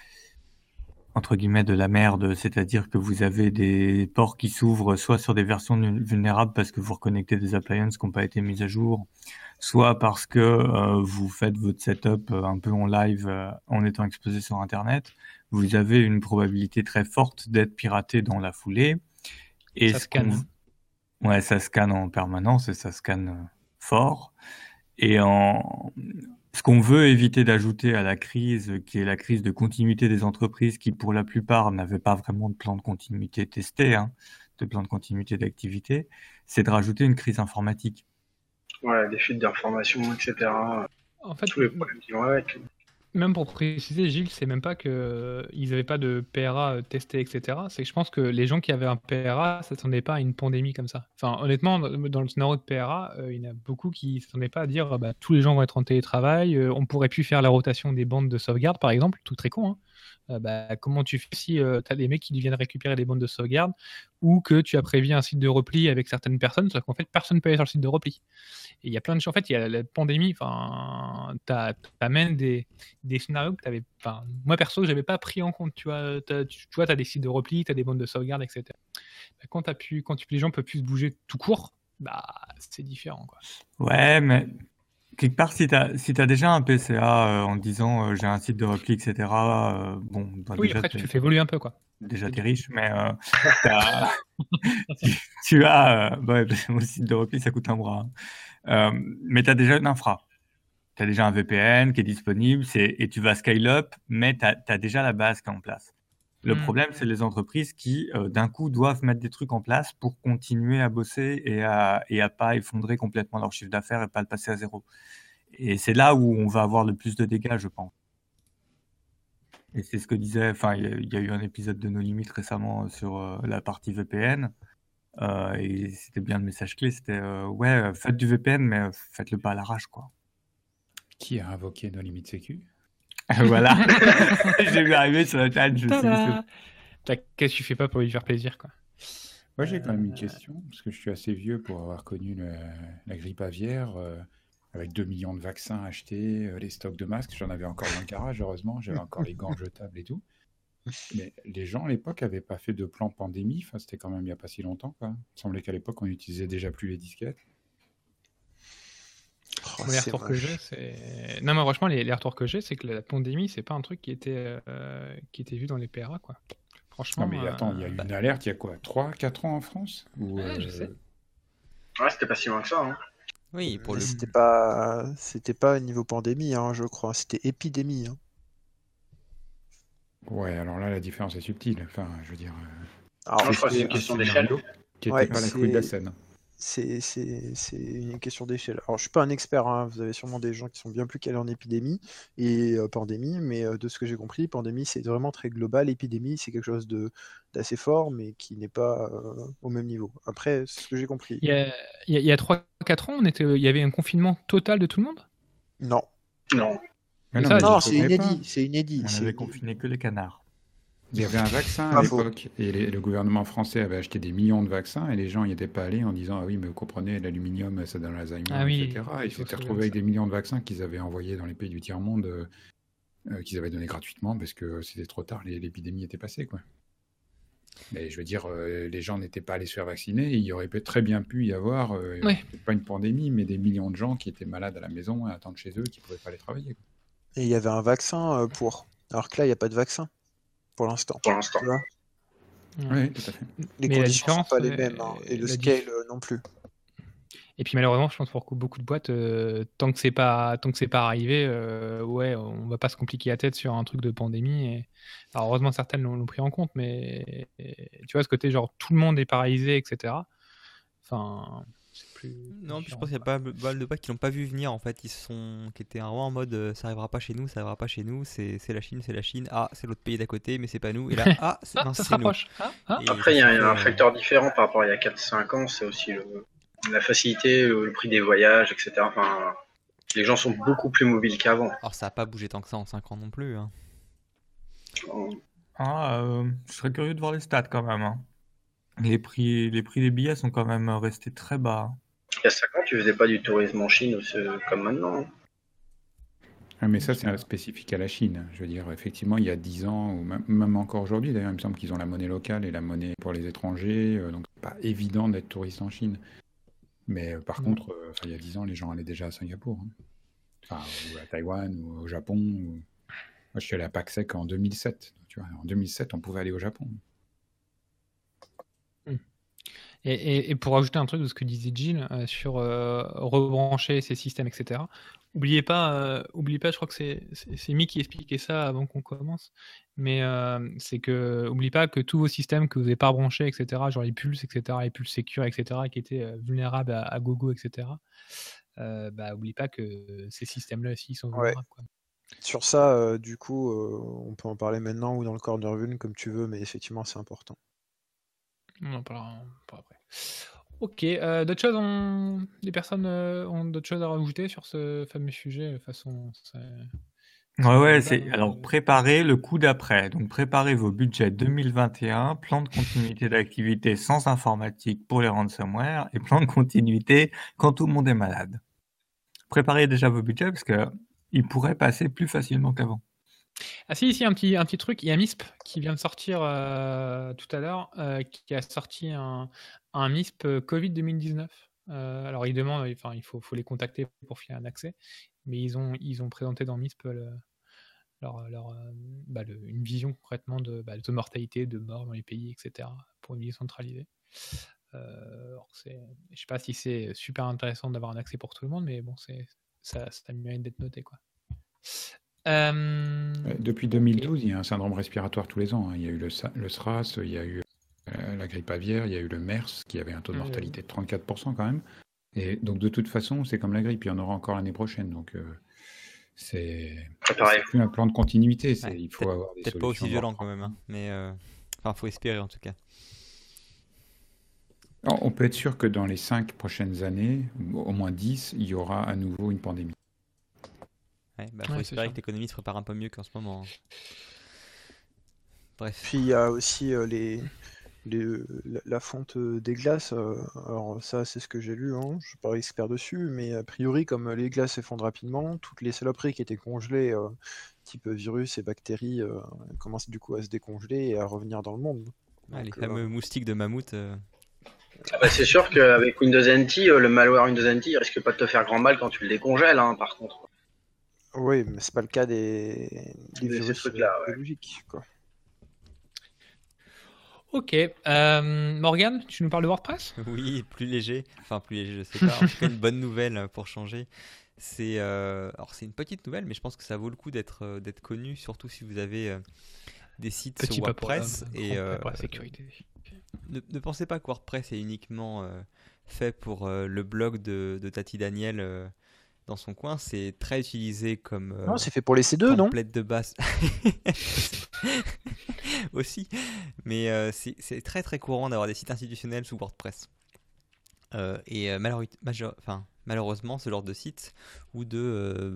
entre guillemets, de la merde, c'est-à-dire que vous avez des ports qui s'ouvrent soit sur des versions nu- vulnérables parce que vous reconnectez des appliances qui n'ont pas été mises à jour, soit parce que euh, vous faites votre setup euh, un peu en live euh, en étant exposé sur Internet, vous avez une probabilité très forte d'être piraté dans la foulée. Et Ça ce qu'on- scanne. Ouais, ça scanne en permanence et ça scanne euh, fort. Et en... ce qu'on veut éviter d'ajouter à la crise, qui est la crise de continuité des entreprises, qui pour la plupart n'avaient pas vraiment de plan de continuité testé, hein, de plan de continuité d'activité, c'est de rajouter une crise informatique. Ouais, des fuites d'informations, et cetera. En fait, Tous les problèmes qui vont avec. même pour préciser, Gilles, c'est même pas que ils n'avaient pas de P R A testé, et cetera. C'est que je pense que les gens qui avaient un P R A s'attendaient pas à une pandémie comme ça. Enfin, honnêtement, dans dans le scénario de P R A, euh, il y en a beaucoup qui s'attendaient pas à dire bah, tous les gens vont être en télétravail, euh, on pourrait plus faire la rotation des bandes de sauvegarde, par exemple, tout très con. Hein. Euh, bah, comment tu fais si tu as des mecs qui viennent récupérer les bandes de sauvegarde ou que tu as prévu un site de repli avec certaines personnes, sauf qu'en fait, personne ne peut aller sur le site de repli. Et il y a plein de choses. En fait, il y a la pandémie, enfin, t'amènes des, des scénarios que t'avais. Enfin, moi perso, j'avais pas pris en compte. Tu vois, t'as, tu, tu vois, t'as des sites de repli, t'as des bandes de sauvegarde, et cetera. Bah, quand t'as pu, quand tu, les gens peuvent plus se bouger tout court, bah, c'est différent, quoi. Ouais, mais quelque part, si tu as si t'as déjà un P C A euh, en disant euh, j'ai un site de repli, et cetera, euh, bon, bah, Oui, déjà, après, t'es- tu fais évoluer un peu, quoi. déjà t'es riche, mais euh, t'as- tu, tu as. euh, ouais, mon site de repli, ça coûte un bras. hein. Euh, mais tu as déjà une infra. Tu as déjà un V P N qui est disponible c'est- et tu vas scale up, mais tu as déjà la base qui est en place. Le Mm. problème, c'est les entreprises qui, euh, d'un coup, doivent mettre des trucs en place pour continuer à bosser et à et à pas effondrer complètement leur chiffre d'affaires et pas le passer à zéro. Et c'est là où on va avoir le plus de dégâts, je pense. Et c'est ce que disait, enfin, il y, a- il y a eu un épisode de No Limites récemment euh, sur euh, la partie V P N. euh, et c'était bien le message clé, c'était euh, ouais, euh, faites du V P N, mais euh, faites-le pas à l'arrache, quoi. Qui a invoqué nos limites sécu? Voilà. J'ai vu arriver sur la table, je me suis dit, Tada. T'as- Qu'est-ce que tu fais pas pour lui faire plaisir, quoi. Moi, j'ai quand même une Euh, question, parce que je suis assez vieux pour avoir connu le- la grippe aviaire, euh, avec deux millions de vaccins achetés, euh, les stocks de masques. J'en avais encore dans le garage, heureusement. J'avais encore les gants jetables et tout. Mais les gens, à l'époque, n'avaient pas fait de plan pandémie. Enfin, c'était quand même il n'y a pas si longtemps, quoi. Il me semblait qu'à l'époque, on n'utilisait déjà plus les disquettes. Oh, Moi, les c'est retours que moche. j'ai, c'est. Non, mais franchement, les, les retours que j'ai, c'est que la pandémie, c'est pas un truc qui était, euh, qui était vu dans les P R A, quoi. Franchement. Non, mais attends, il y a euh, eu bah, une alerte il y a quoi, trois quatre ans en France? Ou, Ouais, je euh, sais. Ouais, c'était pas si loin que ça. Hein. Oui, pour Mais le c'était pas, c'était pas niveau pandémie, hein, je crois. C'était épidémie. hein. Ouais, alors là, la différence est subtile. Enfin, je veux dire, euh, Alors, Moi, je crois que c'est une un question scénario d'échelle. qui n'était Ouais, pas la crue de la c'est- Seine. c'est c'est- c'est une question d'échelle. Alors, je suis pas un expert, hein, vous avez sûrement des gens qui sont bien plus calés en épidémie et euh, pandémie, mais euh, de ce que j'ai compris, pandémie, c'est vraiment très global. Épidémie, c'est quelque chose de d'assez fort, mais qui n'est pas euh, au même niveau. Après, c'est ce que j'ai compris. Il y a, il y a, il y a trois quatre ans, on était, il y avait un confinement total de tout le monde. Non. Non. Mais C'est non, ça, mais Non, il c'est faut- inédit. C'est inédit. On c'est avait inédit. confiné que les canards. Il y avait un vaccin à Pas faux. l'époque et les- le gouvernement français avait acheté des millions de vaccins et les gens n'y étaient pas allés en disant ah oui mais vous comprenez l'aluminium ça donne l'Alzheimer Ah oui, et cetera. Et il ils faut s'étaient se retrouvés avec souvenir des millions de vaccins qu'ils avaient envoyés dans les pays du tiers monde euh, euh, qu'ils avaient donnés gratuitement parce que c'était trop tard, les- l'épidémie était passée quoi. Mais je veux dire euh, les gens n'étaient pas allés se faire vacciner et il y aurait peut- très bien pu y avoir euh, Ouais. peut-être pas une pandémie mais des millions de gens qui étaient malades à la maison à attendre chez eux qui pouvaient pas aller travailler quoi. Et il y avait un vaccin euh, pour. Alors que là, il n'y a pas de vaccin pour l'instant. Pour l'instant. Tu vois, Ouais. Oui, tout à fait. les Mais la conditions sont différence, pas les euh, mêmes hein, et le la scale diff- euh, non plus. Et puis malheureusement, je pense pour beaucoup de boîtes, euh, tant que c'est pas, tant que c'est pas arrivé, euh, ouais, on va pas se compliquer la tête sur un truc de pandémie. Et... Alors heureusement, certaines l'ont l'ont pris en compte, mais et, tu vois ce côté genre tout le monde est paralysé, et cetera. Enfin, c'est plus. Non, puis je différent, pense qu'il y a quoi. pas mal mal de boîtes qui l'ont pas vu venir en fait, ils sont qui étaient vraiment en mode euh, ça arrivera pas chez nous, ça arrivera pas chez nous, c'est c'est la Chine, c'est la Chine, ah c'est l'autre pays d'à côté mais c'est pas nous et là ah c'est Ah, non, ça se c'est nous. rapproche. Ah, ah. Et Après, il y ça a fait, un euh, facteur différent par rapport à il y a quatre cinq ans, c'est aussi le- la facilité, le, le prix des voyages, et cetera. Enfin, les gens sont beaucoup plus mobiles qu'avant. Alors ça a pas bougé tant que ça en cinq ans non plus. Hein. Ah, euh, je serais curieux de voir les stats quand même, hein. Les prix, les prix des billets sont quand même restés très bas. Il y a cinq ans, tu faisais pas du tourisme en Chine euh, comme maintenant. Ah, mais ça, c'est un spécifique à la Chine. Je veux dire, effectivement, il y a dix ans, ou même, même encore aujourd'hui, d'ailleurs, il me semble qu'ils ont la monnaie locale et la monnaie pour les étrangers. euh, donc, c'est pas évident d'être touriste en Chine. Mais euh, par Non. contre, euh, enfin, il y a dix ans, les gens allaient déjà à Singapour. hein. Enfin, ou à Taïwan, ou au Japon. ou- Moi, je suis allé à Paksek en deux mille sept. Tu vois, en deux mille sept, on pouvait aller au Japon. Et, et- et pour ajouter un truc de ce que disait Gilles euh, sur euh, rebrancher ces systèmes, et cetera. Oubliez pas, euh, oubliez pas, je crois que c'est c'est c'est Mick qui expliquait ça avant qu'on commence, mais euh, c'est que oublie pas que tous vos systèmes que vous n'avez pas branchés, et cetera, genre les pulses, et cetera, les pulses sécures, et cetera, qui étaient euh, vulnérables à, à gogo, et cetera. Euh, bah oublie pas que ces systèmes-là aussi sont Ouais. vulnérables. Quoi. Sur ça, euh, du coup, euh, on peut en parler maintenant ou dans le corner vuln comme tu veux, mais effectivement, c'est important. On en parlera un peu après. Ok, euh, d'autres choses, ont... les personnes euh, ont d'autres choses à rajouter sur ce fameux sujet de façon. c'est- Ouais, ouais, global, c'est hein, alors euh. préparez le coup d'après. Donc préparez vos budgets deux mille vingt et un, plan de continuité d'activité sans informatique pour les ransomware et plan de continuité quand tout le monde est malade. Préparez déjà vos budgets parce que ils pourraient passer plus facilement qu'avant. Ah si, ici un petit, un petit truc, il y a MISP qui vient de sortir euh, tout à l'heure, euh, qui a sorti un, un MISP euh, Covid deux mille dix-neuf. Euh, alors ils demandent, enfin il faut, faut les contacter pour filer un accès, mais ils ont, ils ont présenté dans MISP le, leur, leur, euh, bah, le- une vision concrètement de, bah, de mortalité, de mort dans les pays, et cetera, pour une vision centralisée. Euh, alors c'est, je sais pas si c'est super intéressant d'avoir un accès pour tout le monde, mais bon, c'est, ça, ça mérite d'être noté, quoi. Euh, Euh, Depuis deux mille douze, il y a un syndrome respiratoire tous les ans. hein. Il y a eu le, sa- le SRAS, il y a eu euh, la grippe aviaire, il y a eu le MERS qui avait un taux de Ouais, mortalité de trente-quatre pour cent quand même. Et donc de toute façon, c'est comme la grippe, il y en aura encore l'année prochaine. Donc euh, c'est Préparez. c'est plus un plan de continuité. c'est- Ouais, il faut peut-être- avoir des Peut-être solutions. pas aussi dans le violent temps. quand même, hein, mais euh, enfin faut espérer en tout cas. Alors, on peut être sûr que dans les cinq prochaines années, ou au moins dix, il y aura à nouveau une pandémie. Ouais, bah, faut Ouais, c'est espérer sûr. que l'économie se prépare un peu mieux qu'en ce moment. hein. Bref. Puis il y a aussi euh, les, les, la, la fonte euh, des glaces. euh, alors ça, c'est ce que j'ai lu. Hein, je suis pas expert dessus, mais a priori, comme euh, les glaces s'effondrent rapidement, toutes les saloperies qui étaient congelées, euh, type virus et bactéries, euh, commencent du coup à se décongeler et à revenir dans le monde. Ah, les Donc, euh, fameux moustiques de mammouth. euh, Ah bah, c'est sûr qu'avec Windows N T, euh, le malware Windows N T il risque pas de te faire grand mal quand tu le décongèles, hein, par contre. oui, mais c'est pas le cas des, des De ces virus trucs-là, euh, ouais. biologiques, quoi. Ok. Euh, Morgane, tu nous parles de WordPress? Oui, plus léger. Enfin, plus léger, je sais pas. En tout cas, une bonne nouvelle pour changer. C'est euh, alors c'est une petite nouvelle, mais je pense que ça vaut le coup d'être euh, d'être connu, surtout si vous avez euh, des sites Petit sur pas pour WordPress. l'homme, Et grand pas euh, pour la sécurité. ne, ne pensez pas que WordPress est uniquement euh, fait pour euh, le blog de, de Tati Daniel euh, dans son coin. C'est très utilisé comme euh, Non, c'est fait pour les C deux, non? template de base. Aussi, mais euh, c'est c'est très très courant d'avoir des sites institutionnels sous WordPress. Euh, et euh, malheureux- majeur- enfin, malheureusement, ce genre de sites ou de euh,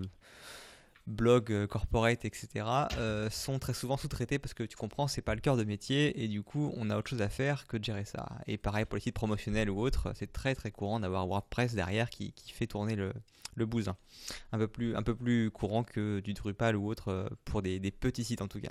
blogs euh, corporate, et cetera, euh, sont très souvent sous-traités parce que tu comprends, c'est pas le cœur de métier et du coup, on a autre chose à faire que de gérer ça. Et pareil pour les sites promotionnels ou autres, c'est très très courant d'avoir WordPress derrière qui, qui fait tourner le, le bousin. Un peu plus, un peu plus courant que du Drupal ou autre euh, pour des, des petits sites en tout cas.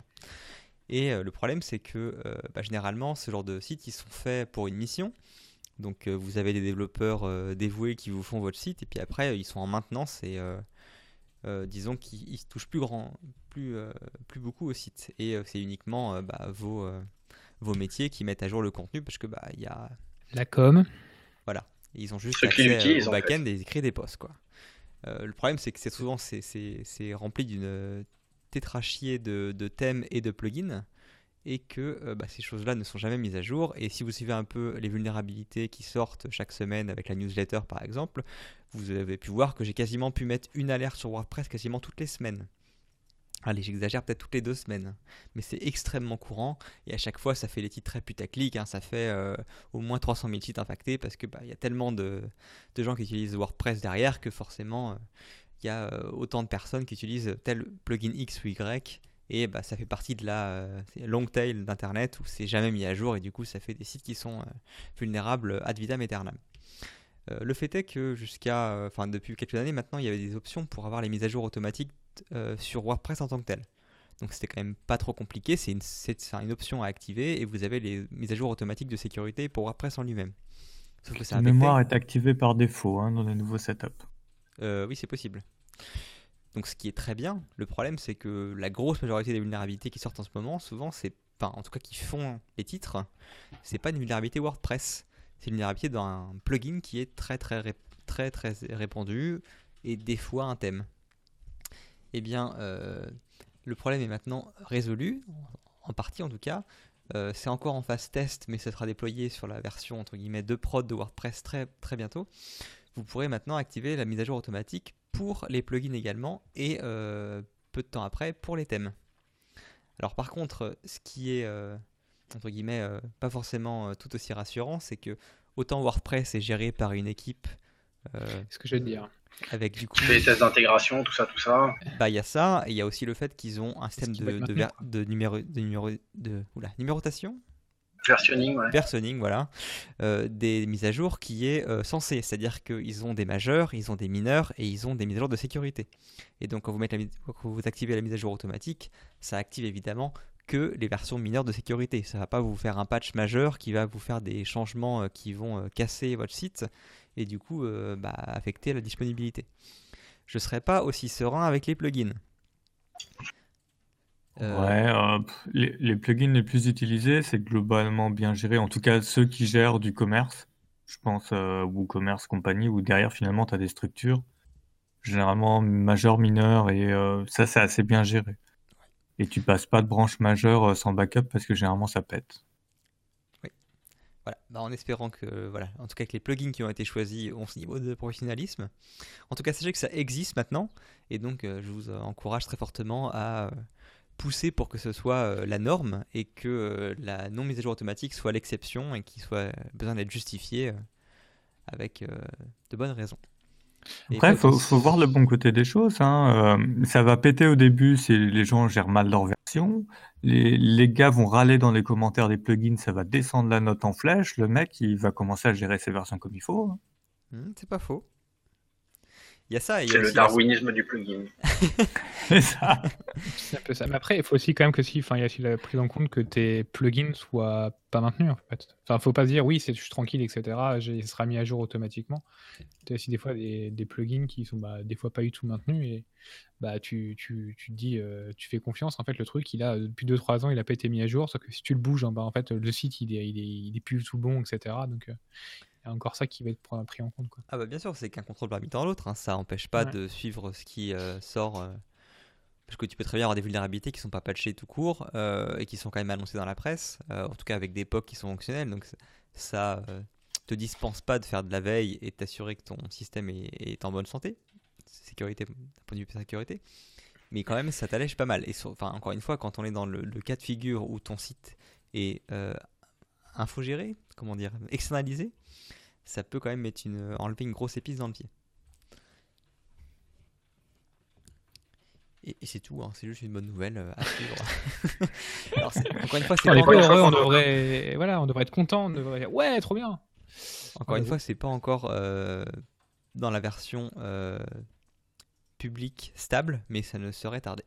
Et euh, le problème, c'est que euh, bah, généralement, ce genre de sites, ils sont faits pour une mission. Donc, euh, vous avez des développeurs euh, dévoués qui vous font votre site, et puis après, euh, ils sont en maintenance et euh, euh, disons qu'ils ils se touchent plus grand, plus, euh, plus beaucoup au site. Et euh, c'est uniquement euh, bah, vos, euh, vos métiers qui mettent à jour le contenu parce que bah, il y a, La com. voilà, ils ont juste Ceux qui accès euh, l'utilisent, au en back-end fait. et ils créent des posts, quoi. Euh, le problème, c'est que c'est souvent c'est, c'est, c'est rempli d'une euh, tétrachier de, de thèmes et de plugins et que euh, bah, ces choses-là ne sont jamais mises à jour. Et si vous suivez un peu les vulnérabilités qui sortent chaque semaine avec la newsletter par exemple, vous avez pu voir que j'ai quasiment pu mettre une alerte sur WordPress quasiment toutes les semaines. Allez, j'exagère, peut-être toutes les deux semaines, mais c'est extrêmement courant et à chaque fois ça fait des titres très putaclic, hein, ça fait euh, au moins trois cent mille sites infectés parce que bah, y a tellement de, de gens qui utilisent WordPress derrière que forcément il euh, y a euh, autant de personnes qui utilisent tel plugin X ou Y. Et bah, ça fait partie de la euh, long tail d'internet où c'est jamais mis à jour et du coup ça fait des sites qui sont euh, vulnérables ad vitam aeternam. Euh, le fait est que jusqu'à, enfin euh, depuis quelques années maintenant, il y avait des options pour avoir les mises à jour automatiques euh, sur WordPress en tant que tel. Donc c'était quand même pas trop compliqué, c'est une, c'est, c'est une option à activer et vous avez les mises à jour automatiques de sécurité pour WordPress en lui-même. Sauf que ça La mémoire est activée par défaut hein, dans les nouveaux setups. Euh, oui, c'est possible. Donc ce qui est très bien, le problème c'est que la grosse majorité des vulnérabilités qui sortent en ce moment, souvent c'est, enfin en tout cas qui font les titres, c'est pas une vulnérabilité WordPress, c'est une vulnérabilité d'un plugin qui est très très ré- très très répandu et des fois un thème. Eh bien euh, le problème est maintenant résolu, en partie en tout cas, euh, c'est encore en phase test mais ça sera déployé sur la version entre guillemets de prod de WordPress très très bientôt. Vous pourrez maintenant activer la mise à jour automatique pour les plugins également et euh, peu de temps après pour les thèmes. Alors par contre, ce qui est euh, entre guillemets euh, pas forcément euh, tout aussi rassurant, c'est que autant WordPress est géré par une équipe. Euh, ce que je veux te dire. Avec du coup. Tu fais les tests d'intégration, tout ça, tout ça. Bah il y a ça et il y a aussi le fait qu'ils ont un système de, de, ver- de, numéro, de, numéro, de oula, numérotation. Versionning, ouais. Versionning, voilà. Euh, des mises à jour qui est euh, censé, c'est-à-dire qu'ils ont des majeurs, ils ont des mineurs et ils ont des mises à jour de sécurité. Et donc quand vous, mettez la, quand vous activez la mise à jour automatique, ça active évidemment que les versions mineures de sécurité. Ça ne va pas vous faire un patch majeur qui va vous faire des changements euh, qui vont euh, casser votre site et du coup euh, bah, affecter la disponibilité. Je ne serais pas aussi serein avec les plugins. Euh... Ouais, euh, les, les plugins les plus utilisés, c'est globalement bien géré. En tout cas, ceux qui gèrent du commerce, je pense, euh, WooCommerce compagnie, où derrière, finalement, tu as des structures, généralement majeures, mineures, et euh, ça, c'est assez bien géré. Et tu passes pas de branche majeure euh, sans backup parce que généralement, ça pète. Oui. Voilà, bah, en espérant que, voilà, en tout cas que les plugins qui ont été choisis ont ce niveau de professionnalisme. En tout cas, sachez que ça existe maintenant, et donc euh, je vous encourage très fortement à... Euh, pousser pour que ce soit euh, la norme et que euh, la non mise à jour automatique soit l'exception et qu'il soit besoin d'être justifié euh, avec euh, de bonnes raisons. Après, il faut, faut voir le bon côté des choses. Hein. Euh, ça va péter au début si les gens gèrent mal leur version. Les, les gars vont râler dans les commentaires des plugins, ça va descendre la note en flèche. Le mec, il va commencer à gérer ses versions comme il faut. Hein. Mmh, c'est pas faux. Il y a ça. C'est le darwinisme la... du plugin. C'est ça. C'est un peu ça. Mais après, il faut aussi quand même que si, enfin, il y a aussi la prise en compte que tes plugins soient pas maintenus en fait. Enfin, faut pas se dire oui, c'est je suis tranquille, et cetera. Il sera mis à jour automatiquement. Tu as aussi des fois des, des plugins qui sont bah, des fois pas du tout maintenus et bah tu, tu, tu te dis, euh, tu fais confiance. En fait, le truc, il a depuis deux trois ans, il a pas été mis à jour. Sauf que si tu le bouges, bah, en fait, le site, il est, il est, il est plus tout bon, et cetera. Donc euh, il y a encore ça qui va être pris en compte, quoi. Ah bah bien sûr, c'est qu'un contrôle parmi tant d'autres, hein. Ça n'empêche pas ouais. de suivre ce qui euh, sort euh, Parce que tu peux très bien avoir des vulnérabilités qui ne sont pas patchées tout court euh, et qui sont quand même annoncées dans la presse, euh, en tout cas avec des P O C qui sont fonctionnels. Donc ça euh, te dispense pas de faire de la veille et de t'assurer que ton système est, est en bonne santé, sécurité, d'un point de vue sécurité. Mais quand même, ça t'allège pas mal. Et sur, enfin, encore une fois, quand on est dans le, le cas de figure où ton site est euh, infogéré, comment dire, externalisé, ça peut quand même mettre une, enlever une grosse épice dans le pied. Et, et c'est tout, hein, c'est juste une bonne nouvelle euh, à suivre. Alors, encore une fois, c'est on pas encore... heureux, on devrait, voilà, on devrait être content, on devrait dire ouais, trop bien. Encore une fois, c'est pas encore euh, dans la version euh, publique stable, mais ça ne saurait tarder.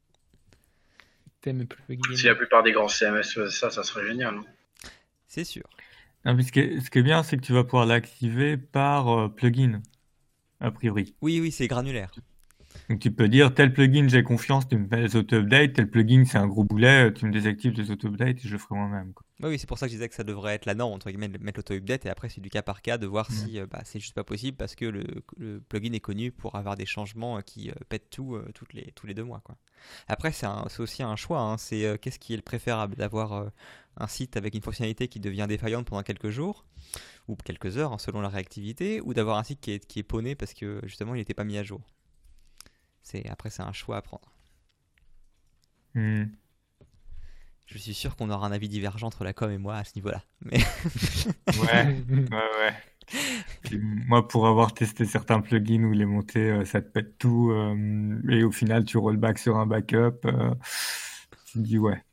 Si la plupart des grands C M S faisaient ça, ça serait génial. C'est sûr. Non, mais ce, qui est, ce qui est bien, c'est que tu vas pouvoir l'activer par euh, plugin, a priori. Oui, oui, c'est granulaire. Donc tu peux dire tel plugin j'ai confiance, tu me fais les auto-updates, tel plugin c'est un gros boulet, tu me désactives les auto-updates et je le ferai moi-même. Quoi. Oui, oui, c'est pour ça que je disais que ça devrait être la norme, entre guillemets, de mettre l'auto-update et après c'est du cas par cas de voir mmh. si euh, bah, c'est juste pas possible parce que le, le plugin est connu pour avoir des changements qui euh, pètent tout euh, toutes les, tous les deux mois. Quoi. Après, c'est, un, c'est aussi un choix, hein, c'est euh, qu'est-ce qui est le préférable, d'avoir euh, un site avec une fonctionnalité qui devient défaillante pendant quelques jours ou quelques heures hein, selon la réactivité, ou d'avoir un site qui est, qui est pawné parce que justement il n'était pas mis à jour. C'est, après, c'est un choix à prendre. Mmh. Je suis sûr qu'on aura un avis divergent entre la com et moi à ce niveau-là. Mais... ouais, ouais, ouais. Puis moi, pour avoir testé certains plugins où les montées, euh, ça te pète tout, euh, et au final, tu rollback sur un backup, euh, tu te dis ouais.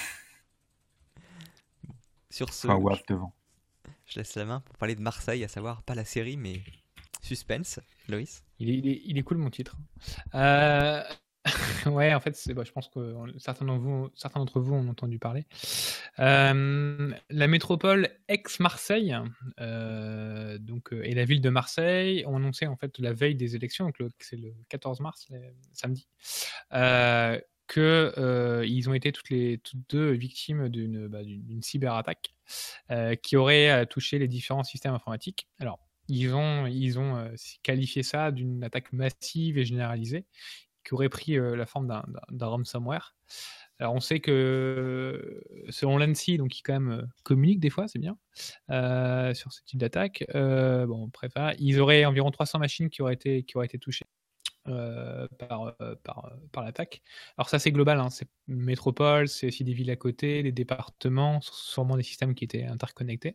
Sur ce, enfin, ouais, devant. Je laisse la main pour parler de Marseille, à savoir pas la série, mais suspense. Loïs ? Il est, il est, il est cool mon titre. Euh... ouais, en fait, c'est, bah, je pense que certains d'entre vous, certains d'entre vous ont entendu parler. Euh, la métropole ex-Marseille euh, donc, et la ville de Marseille ont annoncé en fait la veille des élections, donc le, c'est le quatorze mars, le, samedi, euh, qu'ils euh, ont été toutes, les, toutes deux victimes d'une, bah, d'une, d'une cyberattaque euh, qui aurait touché les différents systèmes informatiques. Alors, Ils ont, ils ont euh, qualifié ça d'une attaque massive et généralisée qui aurait pris euh, la forme d'un, d'un, d'un ransomware. Alors on sait que selon l'ANSSI, donc qui quand même euh, communique des fois, c'est bien, euh, sur ce type d'attaque, euh, bon, bref, hein, ils auraient environ trois cents machines qui auraient été, qui auraient été touchées euh, par, euh, par, par l'attaque. Alors ça c'est global, hein, c'est métropole, c'est aussi des villes à côté, des départements, sûrement des systèmes qui étaient interconnectés.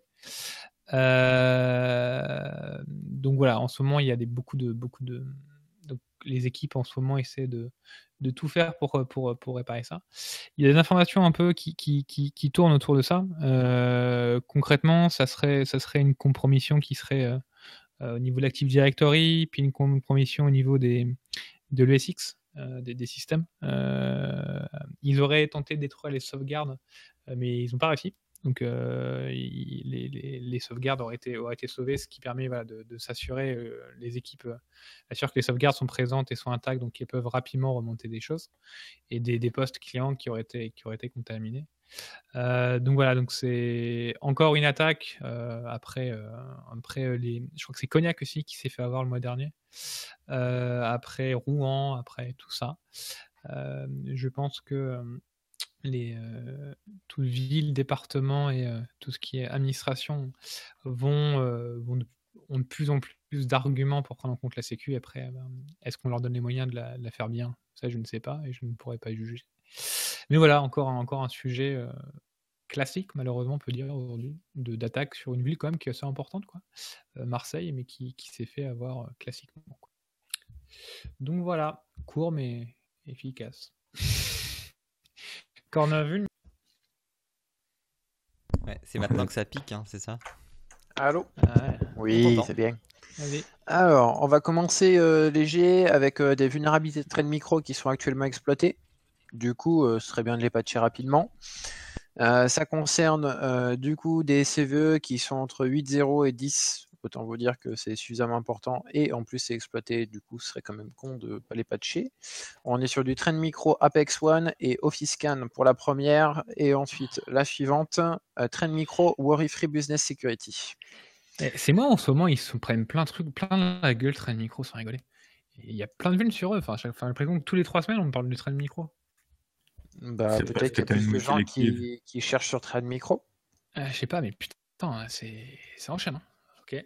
Euh, donc voilà, en ce moment il y a des, beaucoup de beaucoup de donc les équipes en ce moment essaient de, de tout faire pour, pour, pour réparer ça. Il y a des informations un peu qui, qui, qui, qui tournent autour de ça. Euh, concrètement, ça serait, ça serait une compromission qui serait euh, au niveau de l'Active Directory, puis une compromission au niveau des, de l'E S X, euh, des, des systèmes. Euh, ils auraient tenté de détruire les sauvegardes, mais ils n'ont pas réussi. Donc euh, il, les, les, les sauvegardes auraient été, auraient été sauvées, ce qui permet voilà, de, de s'assurer, euh, les équipes euh, assurent que les sauvegardes sont présentes et sont intactes, donc elles peuvent rapidement remonter des choses, et des, des postes clients qui auraient été, qui auraient été contaminés. Euh, donc voilà, donc c'est encore une attaque euh, après, euh, après les, je crois que c'est Cognac aussi qui s'est fait avoir le mois dernier, euh, après Rouen, après tout ça. Euh, je pense que euh, les euh, toutes villes, départements et euh, tout ce qui est administration vont, euh, vont de, ont de plus en plus d'arguments pour prendre en compte la sécu. Après, euh, est-ce qu'on leur donne les moyens de la, de la faire bien ? Ça, je ne sais pas et je ne pourrais pas juger. Mais voilà, encore, encore un sujet euh, classique, malheureusement, on peut dire aujourd'hui, de, d'attaque sur une ville quand même qui est assez importante, quoi. Euh, Marseille, mais qui, qui s'est fait avoir euh, classiquement, quoi. Donc voilà, court mais efficace. Cornerville. Ouais, c'est maintenant que ça pique, hein, c'est ça ? Allô ? Ah ouais. Oui, c'est bien. Allez. Alors, on va commencer euh, léger avec euh, des vulnérabilités de Trend Micro qui sont actuellement exploitées. Du coup, euh, ce serait bien de les patcher rapidement. Euh, ça concerne euh, du coup des C V E qui sont entre huit zéro et dix. Autant vous dire que c'est suffisamment important et en plus c'est exploité, du coup ce serait quand même con de ne pas les patcher. On est sur du Trend Micro Apex One et Office Scan pour la première, et ensuite la suivante, euh, Trend Micro Worry Free Business Security. Et c'est moi en ce moment, ils se prennent plein de trucs, plein de la gueule, Trend Micro, sans rigoler. il y a plein de vues sur eux. Enfin, j'ai l'impression que tous les trois semaines, on me parle du Thread Micro. Bah, peut-être qu'il y a plus de gens qui, qui cherchent sur Thread Micro. Euh, je sais pas, mais putain, c'est enchaînant. Ok.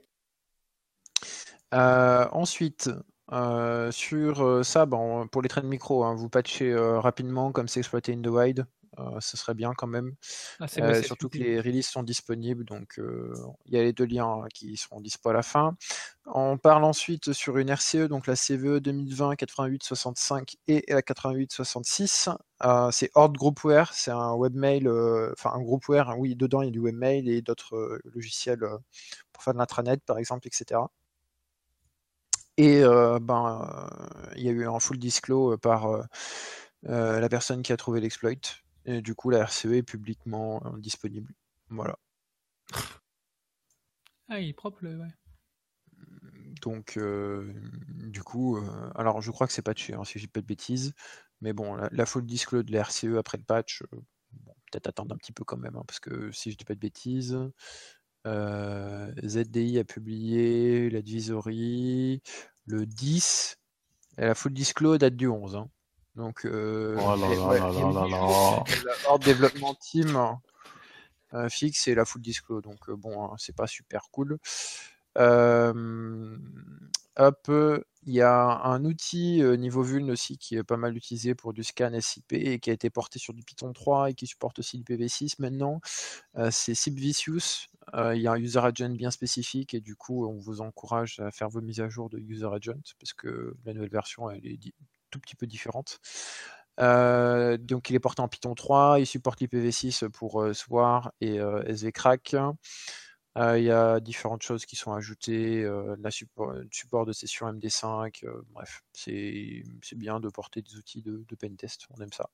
Euh, ensuite, euh, sur euh, ça, bon, pour les Thread Micro, hein, vous patchez euh, rapidement comme c'est exploité in the wild. Euh, ce serait bien quand même. Ah, euh, surtout que les releases sont disponibles, donc il euh, y a les deux liens hein, qui seront dispo à la fin. On parle ensuite sur une R C E, donc la C V E deux mille vingt quatre-vingt-huit soixante-cinq et la quatre-vingt-huit soixante-six. Euh, c'est Horde Groupware, c'est un webmail, enfin euh, un groupware, hein, oui, dedans il y a du webmail et d'autres euh, logiciels euh, pour faire de l'intranet par exemple, et cetera. Et euh, ben, il y a eu un full disclose par euh, euh, la personne qui a trouvé l'exploit. Et du coup, la R C E est publiquement euh, disponible. Voilà. Ah, il est propre, le... ouais. Donc, euh, du coup, euh, alors je crois que c'est patché, hein, si je dis pas de bêtises. Mais bon, la, la full disclose de la R C E après le patch, euh, bon, peut-être attendre un petit peu quand même, hein, parce que si je dis pas de bêtises, euh, Z D I a publié l'advisory le dix, et la full disclose date du onze. Hein. Donc, euh, oh là là ouais, là là là là. La Horde Development Team euh, fixe et la full disclose. Donc, euh, bon, hein, c'est pas super cool. Euh, hop, il y a un outil euh, niveau vuln aussi qui est pas mal utilisé pour du scan S I P et qui a été porté sur du Python trois et qui supporte aussi du I P v six maintenant. Euh, c'est SipVicious. Euh, il y a un user agent bien spécifique et du coup, on vous encourage à faire vos mises à jour de user agent parce que la nouvelle version elle est tout petit peu différente. Euh, donc il est porté en Python trois, il supporte l'I P v six pour euh, Swar et euh, S V Crack. Euh, il y a différentes choses qui sont ajoutées, euh, la support, support de session M D cinq, euh, bref, c'est bien de porter des outils de, de pentest, on aime ça.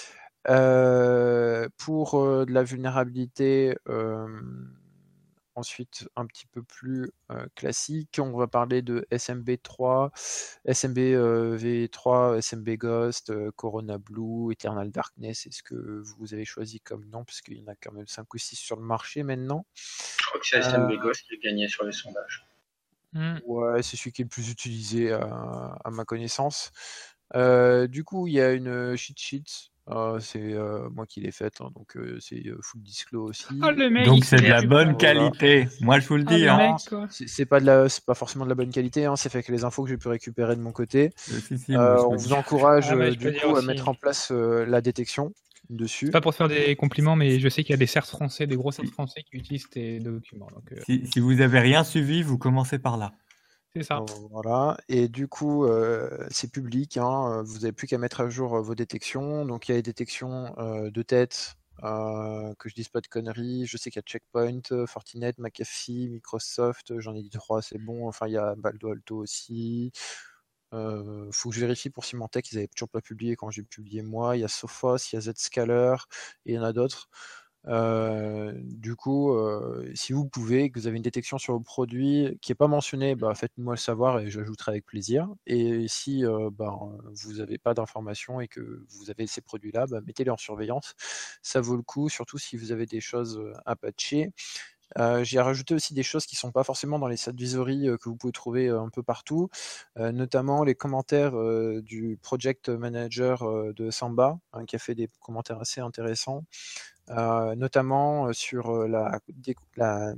Euh, pour euh, de la vulnérabilité, euh, ensuite un petit peu plus euh, classique, on va parler de S M B trois, S M B euh, V trois, S M B Ghost, euh, Corona Blue, Eternal Darkness. Est-ce que vous avez choisi comme nom, parce qu'il y en a quand même cinq ou six sur le marché maintenant. Je crois que c'est S M B euh... Ghost qui a gagné sur les sondages. Mm. Ouais, c'est celui qui est le plus utilisé à, à ma connaissance. Euh, du coup, il y a une cheat sheet. Euh, c'est euh, moi qui l'ai faite, hein, donc euh, c'est full disclose aussi. Oh, le mec, donc c'est de la bonne qualité. Voilà. Moi, je vous le dis. Oh, hein. C'est pas de la, c'est pas forcément de la bonne qualité. Hein, c'est fait que les infos que j'ai pu récupérer de mon côté. Euh, si, si, euh, on vous encourage ah, euh, du coup à mettre en place euh, la détection dessus. Pas pour faire des compliments, mais je sais qu'il y a des certs français, des gros certs français qui utilisent tes documents. Donc, euh... si, si vous avez rien suivi, vous commencez par là. C'est ça. Voilà, et du coup, euh, c'est public, hein, vous n'avez plus qu'à mettre à jour euh, vos détections. Donc, il y a les détections euh, de tête, euh, que je dise pas de conneries. Je sais qu'il y a Checkpoint, Fortinet, McAfee, Microsoft, j'en ai dit trois, c'est bon. Enfin, il y a Baldo Alto aussi. Euh, faut que je vérifie pour Symantec, ils n'avaient toujours pas publié quand j'ai publié moi. Il y a Sophos, il y a Zscaler, et il y en a d'autres. Euh, du coup, euh, si vous pouvez, que vous avez une détection sur vos produits qui n'est pas mentionnée, bah, faites-moi le savoir et j'ajouterai avec plaisir. Et si euh, bah, vous n'avez pas d'informations et que vous avez ces produits-là, bah, mettez-les en surveillance. Ça vaut le coup, surtout si vous avez des choses à patcher. Euh, J'ai rajouté aussi des choses qui ne sont pas forcément dans les advisories euh, que vous pouvez trouver euh, un peu partout, euh, notamment les commentaires euh, du project manager euh, de Samba, hein, qui a fait des commentaires assez intéressants. Euh, notamment sur la, la,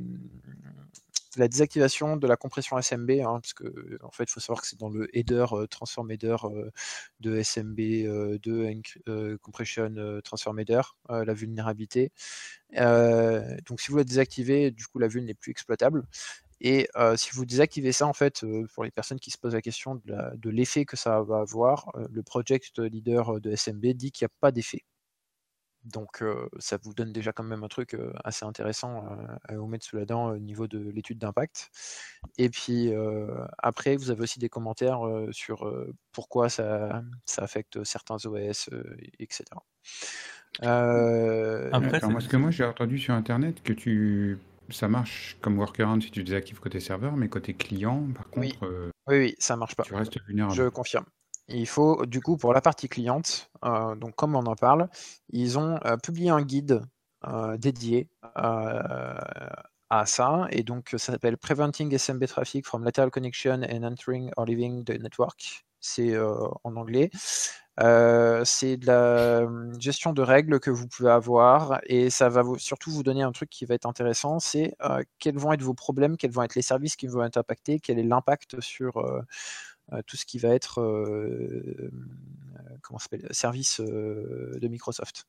la désactivation de la compression S M B, hein, parce que en fait, il faut savoir que c'est dans le header, euh, transform header euh, de S M B deux, euh, compression euh, transform header, euh, la vulnérabilité. Euh, donc, si vous la désactivez, du coup, la vul n'est plus exploitable. Et euh, si vous désactivez ça, en fait, euh, pour les personnes qui se posent la question de l'effet que ça va avoir, euh, le project leader de S M B dit qu'il n'y a pas d'effet. Donc euh, ça vous donne déjà quand même un truc euh, assez intéressant euh, à vous mettre sous la dent au niveau de l'étude d'impact. Et puis euh, après, vous avez aussi des commentaires euh, sur euh, pourquoi ça, ça affecte certains O S, euh, et cetera. Euh, après, alors, moi, ce que moi j'ai entendu sur Internet, que tu ça marche comme workaround si tu désactives côté serveur, mais côté client, par contre, oui, euh, oui, oui, ça marche pas. Tu restes vulnérable. Je confirme. Il faut, du coup, pour la partie cliente, euh, donc comme on en parle, ils ont euh, publié un guide euh, dédié euh, à ça, et donc ça s'appelle Preventing S M B Traffic from Lateral Connection and Entering or Leaving the Network. C'est euh, en anglais. Euh, c'est de la gestion de règles que vous pouvez avoir, et ça va vous, surtout vous donner un truc qui va être intéressant, c'est euh, quels vont être vos problèmes, quels vont être les services qui vont être impactés, quel est l'impact sur euh, euh, tout ce qui va être euh, comment ça s'appelle, service euh, de Microsoft.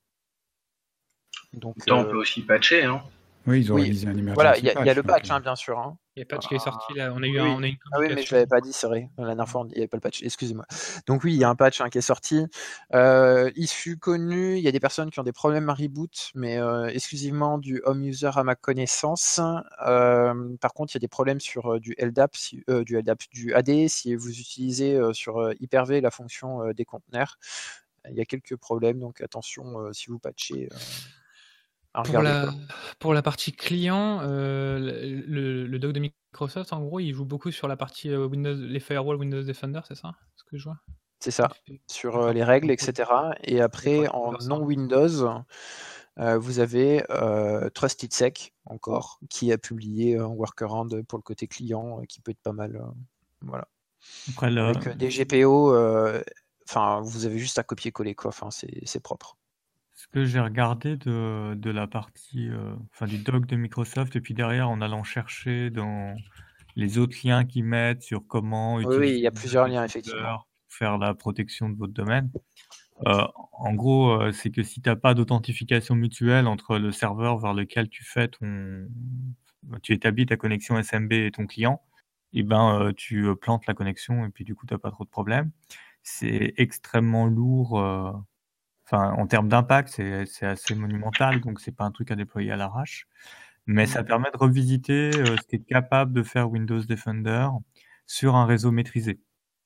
Donc, temps, euh, on peut aussi patcher, hein. Oui, ils ont oui, réalisé un emergency voilà, il y, y a le donc, patch, euh... hein, bien sûr. Hein. Il y a le patch qui est sorti là. On a eu, oui. un, on a eu une Ah oui, mais je l'avais pas dit, c'est vrai. La dernière fois, il n'y avait pas le patch. Excusez-moi. Donc oui, il y a un patch hein, qui est sorti. Euh, il fut connu. Il y a des personnes qui ont des problèmes à reboot, mais euh, exclusivement du home user à ma connaissance. Euh, par contre, il y a des problèmes sur euh, du L D A P, si, euh, du L D A P, du A D. Si vous utilisez euh, sur euh, Hyper-V la fonction euh, des conteneurs, il y a quelques problèmes. Donc attention euh, si vous patchez. Euh... Pour la, pour la partie client, euh, le, le doc de Microsoft, en gros, il joue beaucoup sur la partie euh, Windows, les firewalls Windows Defender, c'est ça ce que je vois? C'est ça, sur euh, les règles, et cetera. Et après, en non-Windows, euh, vous avez euh, TrustedSec, encore, qui a publié un workaround pour le côté client, euh, qui peut être pas mal. Euh, voilà. Après, le... Avec euh, des G P O, enfin, euh, vous avez juste à copier-coller, quoi. Enfin, c'est propre. Ce que j'ai regardé de, de la partie, enfin euh, du doc de Microsoft, et puis derrière, en allant chercher dans les autres liens qu'ils mettent sur comment oui, utiliser oui, il y a plusieurs liens, effectivement. pour faire la protection de votre domaine. Euh, en gros, euh, c'est que si tu n'as pas d'authentification mutuelle entre le serveur vers lequel tu fais ton, tu établis ta connexion S M B et ton client, et ben euh, tu plantes la connexion et puis du coup tu n'as pas trop de problèmes. C'est extrêmement lourd. Euh, Enfin, en termes d'impact, c'est, c'est assez monumental, donc c'est pas un truc à déployer à l'arrache. Mais ça permet de revisiter euh, ce qu'est capable de faire Windows Defender sur un réseau maîtrisé.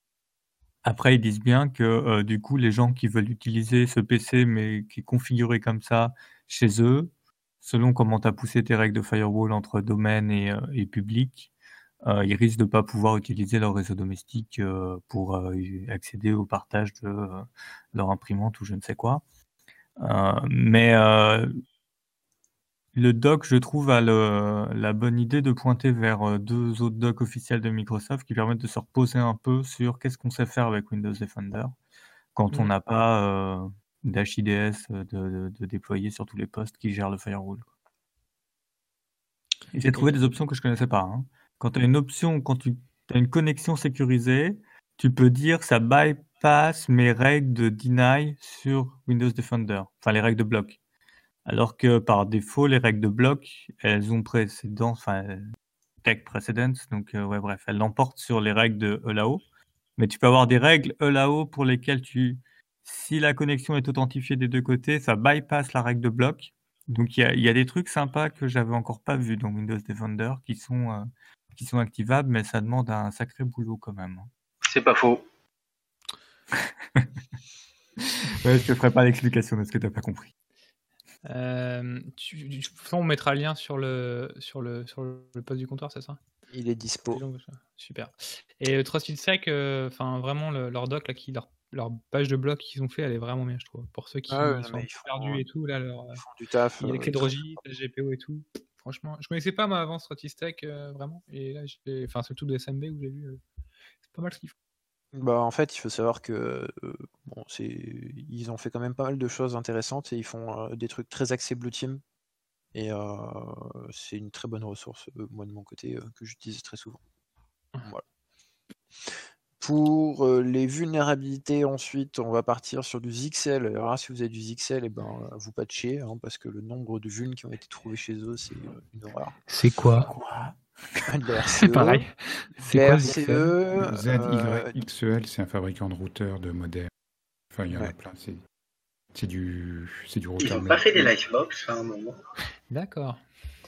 Après, ils disent bien que euh, du coup, les gens qui veulent utiliser ce P C, mais qui est configuré comme ça chez eux, selon comment tu as poussé tes règles de firewall entre domaine et, euh, et public, euh, ils risquent de ne pas pouvoir utiliser leur réseau domestique euh, pour euh, accéder au partage de euh, leur imprimante ou je ne sais quoi. Euh, mais euh, le doc, je trouve, a le, la bonne idée de pointer vers deux autres docs officiels de Microsoft qui permettent de se reposer un peu sur qu'est-ce qu'on sait faire avec Windows Defender quand mmh. on n'a pas euh, d'H I D S de, de, de déployer sur tous les postes qui gèrent le firewall. J'ai trouvé des options que je ne connaissais pas. Hein. Quand tu as une option, quand tu as une connexion sécurisée, tu peux dire ça bypass mes règles de deny sur Windows Defender, enfin les règles de bloc. Alors que par défaut, les règles de bloc, elles ont précédence, enfin tech precedence, donc euh, ouais bref, elles l'emportent sur les règles de allow. Mais tu peux avoir des règles allow pour lesquelles tu, si la connexion est authentifiée des deux côtés, ça bypass la règle de bloc. Donc il y, y a des trucs sympas que j'avais encore pas vus dans Windows Defender qui sont euh, qui sont activables, mais ça demande un sacré boulot quand même. C'est pas faux. Ouais, je te ferai pas l'explication de ce que t'as pas compris. Euh, tu, tu, on mettra le lien sur le sur le sur le post du comptoir, c'est ça? Il est dispo. Super. Et TrustedSec, enfin euh, vraiment le, leur doc là, qui leur leur page de bloc qu'ils ont fait, elle est vraiment bien, je trouve. Pour ceux qui ah ouais, sont font, perdus et tout, là, leur, ils font du taf. Il y a les clés de euh, registre, le G P O et tout. Franchement, je connaissais pas moi avant TrustedSec euh, vraiment. Et là, j'ai, enfin c'est tout de S M B où j'ai vu, euh, c'est pas mal ce qu'ils font. Bah en fait, il faut savoir que euh, bon, c'est, ils ont fait quand même pas mal de choses intéressantes et ils font euh, des trucs très axés Blue Team. Et euh, c'est une très bonne ressource, euh, moi de mon côté, euh, que j'utilise très souvent. Voilà. Pour euh, les vulnérabilités, ensuite, on va partir sur du Zixel. Alors là, si vous avez du Zixel, eh ben, vous patchez, hein, parce que le nombre de vulnes qui ont été trouvés chez eux, c'est euh, une horreur. C'est quoi, quoi de C'est pareil. C'est quoi Zixel euh, Z Y X E L, c'est un fabricant de routeurs de modem. Enfin, il y en ouais. a plein. C'est... C'est du, c'est du routeur. Ils n'ont pas fait des Livebox à un moment. D'accord.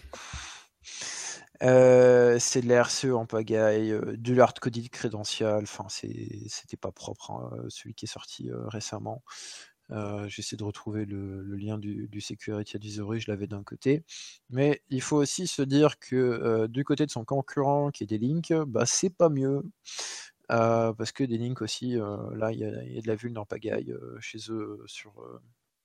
Euh, c'est de la R C E en pagaille, euh, de l'hard-coded credential. Enfin, c'est, c'était pas propre, hein, celui qui est sorti euh, récemment. Euh, j'essaie de retrouver le, le lien du, du Security Advisory, je l'avais d'un côté. Mais il faut aussi se dire que euh, du côté de son concurrent, qui est D-Link, bah, c'est pas mieux. Euh, parce que D-Link aussi, euh, là, il y, y a de la vulne en pagaille euh, chez eux sur, euh,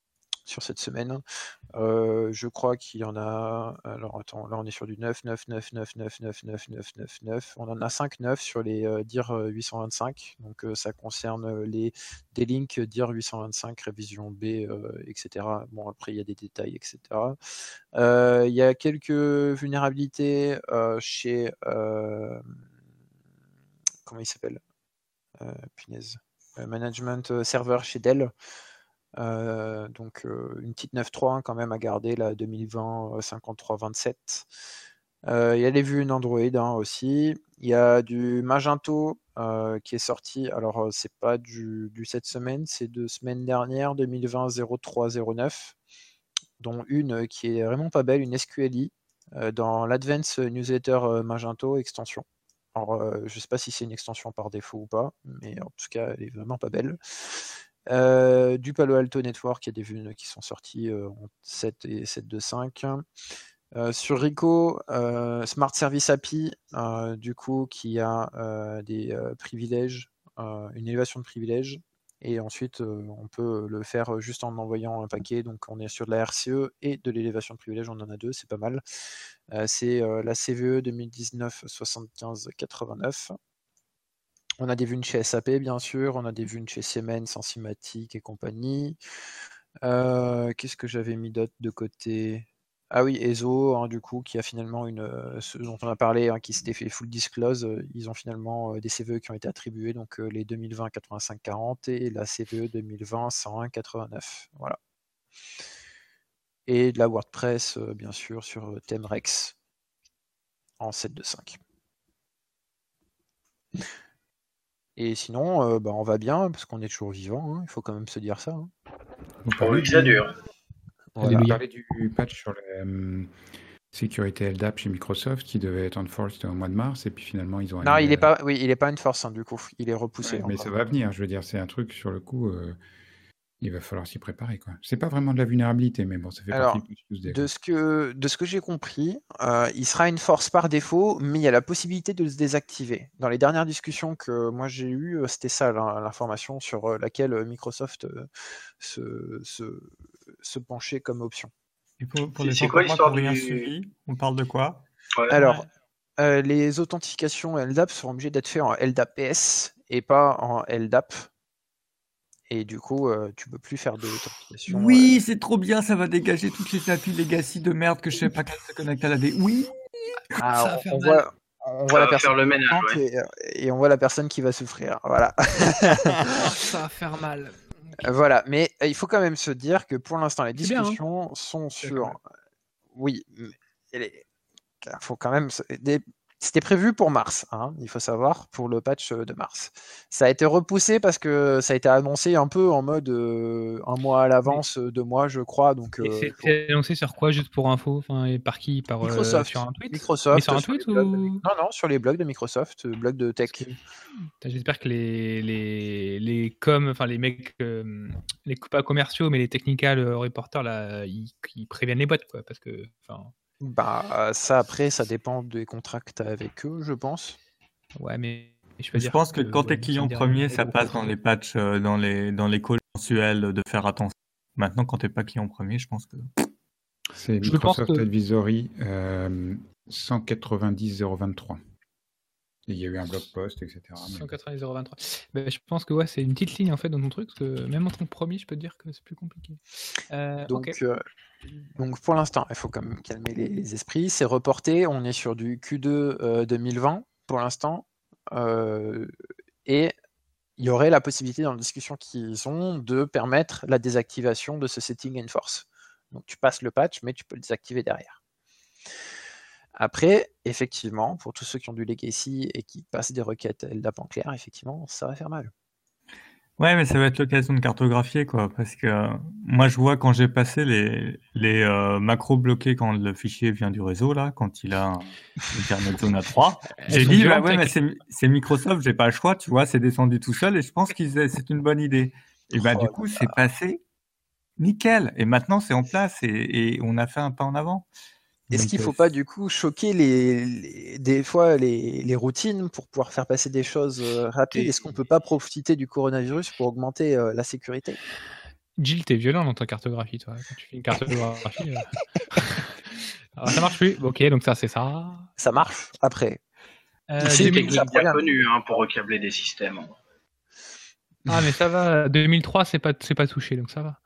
sur cette semaine. Euh, je crois qu'il y en a. Alors attends, là on est sur du neuf, neuf, neuf, neuf, neuf, neuf, neuf, neuf, neuf, neuf. On en a cinq neuf sur les euh, D I R euh, huit cent vingt-cinq. Donc euh, ça concerne les des links D I R huit cent vingt-cinq, révision B, euh, et cetera. Bon, après il y a des détails, et cetera. Euh, il y a quelques vulnérabilités euh, chez. Euh, comment il s'appelle euh, Punaise. Euh, management server chez Dell. Euh, donc euh, une petite neuf point trois hein, quand même à garder, la deux mille vingt cinquante-trois vingt-sept. Euh, il y a les vues Android hein, aussi. Il y a du Magento euh, qui est sorti. Alors euh, c'est pas du, du cette semaine, c'est de semaine dernière, deux mille vingt zéro trois zéro neuf, dont une qui est vraiment pas belle, une S Q L I euh, dans l'Advanced Newsletter euh, Magento extension. Alors euh, je sais pas si c'est une extension par défaut ou pas, mais en tout cas elle est vraiment pas belle. Euh, du Palo Alto Network, il y a des vues qui sont sorties euh, en sept et sept point deux cinq. Euh, sur Rico, euh, Smart Service A P I, euh, du coup, qui a euh, des euh, privilèges, euh, une élévation de privilèges, et ensuite euh, on peut le faire juste en envoyant un paquet. Donc on est sur de la R C E et de l'élévation de privilèges, on en a deux, c'est pas mal. Euh, c'est euh, la C V E deux mille dix-neuf soixante-quinze quatre-vingt-neuf. On a des vues chez S A P, bien sûr. On a des vues chez Siemens, Sensimatic et compagnie. Euh, Qu'est-ce que j'avais mis d'autre de côté? Ah oui, E S O, hein, du coup, qui a finalement une. Euh, ce dont on a parlé, hein, qui s'était fait full disclose. Euh, ils ont finalement euh, des C V E qui ont été attribués, donc euh, les deux mille vingt quatre-vingt-cinq quarante et la C V E deux mille vingt cent un quatre-vingt-neuf. Voilà. Et de la WordPress, euh, bien sûr, sur euh, Themrex en sept point deux cinq. Et sinon, euh, bah, on va bien, parce qu'on est toujours vivant, hein, il faut quand même se dire ça. Hein. Oh oui, ça dure. Voilà. On parlait du patch sur la um, sécurité L D A P chez Microsoft qui devait être enforced au mois de mars, et puis finalement ils ont... Non, il n'est pas, oui, il est pas enforced, hein, du coup, il est repoussé. Ouais, mais ça va venir, je veux dire, c'est un truc sur le coup... Euh... Il va falloir s'y préparer, quoi. C'est pas vraiment de la vulnérabilité, mais bon, ça fait Alors, partie du Tuesday, de ce que de ce que j'ai compris, euh, il sera une force par défaut, mais il y a la possibilité de se désactiver. Dans les dernières discussions que moi j'ai eues, c'était ça l'information sur laquelle Microsoft euh, se, se, se penchait comme option. Et pour, pour les gens qui n'ont rien du... suivi, on parle de quoi? Ouais. Alors, euh, les authentifications L D A P seront obligées d'être faites en L D A P S et pas en L D A P. Et du coup, euh, tu peux plus faire de l'authentification. Oui, euh... c'est trop bien, ça va dégager toutes les A P I legacy de merde que je sais pas qu'elle se connecte à la D. Oui. Ah, ça on, on voit, on voit la personne le ménage, ouais. et, et on voit la personne qui va souffrir. Voilà. Ça va faire mal. Voilà, mais il faut quand même se dire que pour l'instant, les discussions bien, hein. sont sur. Oui, il faut quand même. Des... C'était prévu pour mars, hein, il faut savoir, pour le patch de mars. Ça a été repoussé parce que ça a été annoncé un peu en mode euh, un mois à l'avance, oui. deux mois, je crois. Donc, et euh, c'était faut... annoncé sur quoi, juste pour info, enfin, et par qui, par Microsoft. Euh, sur un tweet. Microsoft. Mais sur un tweet ou... Non, non, sur les blogs de Microsoft, blogs de tech. Que... J'espère que les les les com, enfin les mecs, euh, les pas commerciaux, mais les technical reporters là, ils, ils préviennent les boîtes, quoi, parce que, enfin. Bah, ça après, ça dépend des contrats que tu as avec eux, je pense. Ouais, mais je, je dire pense que, que quand t'es client premier, ça passe dans les patchs, euh, dans les dans les calls mensuels de faire attention. Maintenant, quand t'es pas client premier, je pense que. C'est je Microsoft que... Advisory euh, cent quatre-vingt-dix zéro vingt-trois. Il y a eu un blog post, et cetera. cent quatre-vingt-dix zéro vingt-trois. Ben, je pense que ouais, c'est une petite ligne en fait dans ton truc, parce que même en tant que premier, je peux te dire que c'est plus compliqué. Euh, donc, okay. euh, donc pour l'instant, il faut quand même calmer les, les esprits. C'est reporté, on est sur du Q deux euh, deux mille vingt pour l'instant. Euh, et il y aurait la possibilité dans la discussion qu'ils ont de permettre la désactivation de ce setting enforce. Donc tu passes le patch, mais tu peux le désactiver derrière. Après, effectivement, pour tous ceux qui ont du legacy et qui passent des requêtes L D A P en clair, effectivement, ça va faire mal. Ouais, mais ça va être l'occasion de cartographier, quoi, parce que euh, moi, je vois quand j'ai passé les, les euh, macros bloqués quand le fichier vient du réseau, là, quand il a un Internet Zone A trois, j'ai dit, bah ouais, mais c'est, c'est Microsoft, j'ai pas le choix, tu vois, c'est descendu tout seul, et je pense que c'est une bonne idée. Et bah, oh du coup, là. C'est passé nickel. Et maintenant, c'est en place, et, et on a fait un pas en avant. Est-ce qu'il ne faut pas du coup choquer les, les, des fois les, les routines pour pouvoir faire passer des choses rapides? Est-ce qu'on ne peut pas profiter du coronavirus pour augmenter euh, la sécurité? Gilles, t'es violent dans ta cartographie, toi. Quand tu fais une cartographie. euh. Alors, ça marche plus. Ok, donc ça, c'est ça. Ça marche après. Euh, C'est une deux mille technique bien connue hein, pour recabler des systèmes. Ah, mais ça va. deux mille trois, c'est pas, c'est pas touché, donc ça va.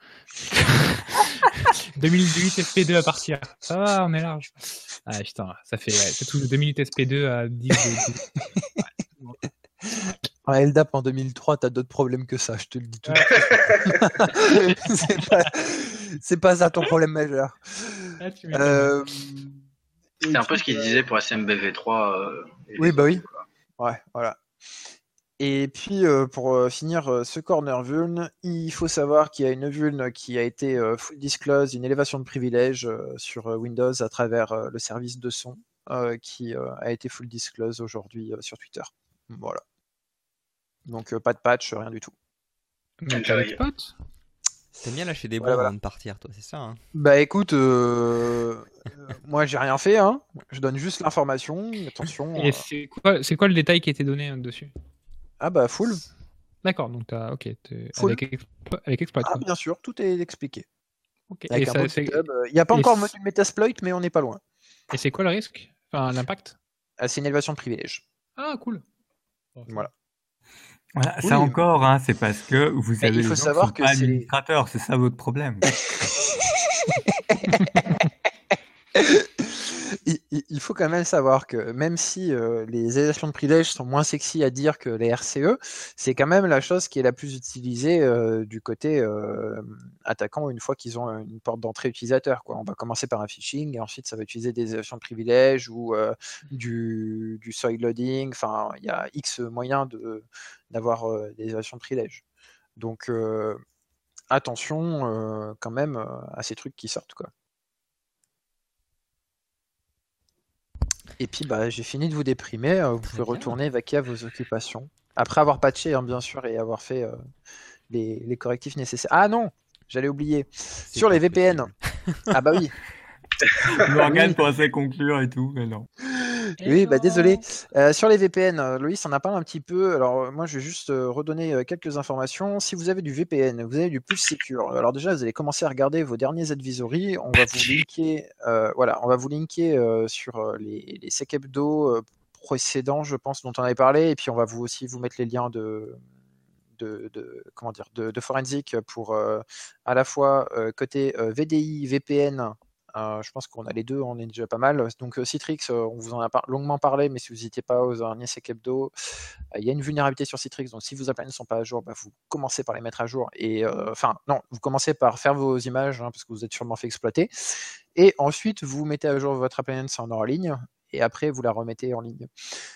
deux mille huit S P deux à partir. Ça va, on est large. Ah putain, ça fait. Ouais, ça touche deux minutes S P deux à dix. Ouais. En L D A P en deux mille trois, t'as d'autres problèmes que ça, je te le dis tout de suite. c'est, pas... c'est pas ça ton problème majeur. Ah, euh... C'est un peu ce qu'il disait pour S M B V trois. Euh, oui, bah oui. Quoi. Ouais, voilà. Et puis, euh, pour euh, finir euh, ce corner vuln, il faut savoir qu'il y a une vuln qui a été euh, full disclose, une élévation de privilège euh, sur euh, Windows à travers euh, le service de son euh, qui euh, a été full disclose aujourd'hui euh, sur Twitter. Voilà. Donc, euh, pas de patch, rien du tout. Mais t'as les potes ? T'aimes bien lâcher des bombes voilà, voilà. avant de partir, toi, c'est ça hein? Bah écoute, euh... moi j'ai rien fait, hein. Je donne juste l'information, attention. Et euh... c'est, quoi, c'est quoi le détail qui était donné hein, dessus ? Ah bah full. D'accord, donc t'as, ok, full. Avec, explo... avec exploit. Ah bien sûr, tout est expliqué. Okay. Avec et un ça, beau c'est... Il n'y a pas encore le module Metasploit, mais on n'est pas loin. Et c'est quoi le risque ? Enfin, l'impact ? ah, C'est une élévation de privilège. Ah cool. Bon, voilà. Voilà, oui. Ça encore, hein, c'est parce que vous avez il faut les gens savoir qui sont que pas c'est administrateurs, c'est ça votre problème. il, il faut quand même savoir que même si euh, les élévations de privilèges sont moins sexy à dire que les R C E, c'est quand même la chose qui est la plus utilisée euh, du côté euh, attaquant une fois qu'ils ont une porte d'entrée utilisateur. Quoi. On va commencer par un phishing et ensuite ça va utiliser des élévations de privilèges ou euh, du, du soil loading. Enfin, il y a X moyens de, d'avoir euh, des élévations de privilèges. Donc euh, attention euh, quand même euh, à ces trucs qui sortent, quoi. Et puis bah, j'ai fini de vous déprimer, vous Très pouvez bien. retourner vaquer à vos occupations. Après avoir patché hein, bien sûr et avoir fait euh, les, les correctifs nécessaires. Ah non, j'allais oublier. C'est Sur les V P N. Ah bah oui. Morgane pensait conclure et tout, mais non. Et oui, bah désolé. Euh, sur les V P N, Loïs en a parlé un petit peu. Alors moi, je vais juste euh, redonner euh, quelques informations. Si vous avez du V P N, vous avez du Pulse Secure. Alors déjà, vous allez commencer à regarder vos derniers advisories. On va vous linker, euh, voilà, on va vous linker euh, sur euh, les, les sec hebdo euh, précédents, je pense, dont on avait parlé. Et puis on va vous aussi vous mettre les liens de De, de, comment dire, de, de forensic pour euh, à la fois euh, côté euh, V D I, V P N. Euh, je pense qu'on a les deux, on est déjà pas mal. Donc euh, Citrix, euh, on vous en a par- longuement parlé, mais si vous n'étiez pas aux derniers sec hebdo, il euh, y a une vulnérabilité sur Citrix. Donc si vos A P N ne sont pas à jour, bah, vous commencez par les mettre à jour. Et enfin euh, non, vous commencez par faire vos images hein, parce que vous êtes sûrement fait exploiter. Et ensuite vous mettez à jour votre A P N si on est en ligne. Et après vous la remettez en ligne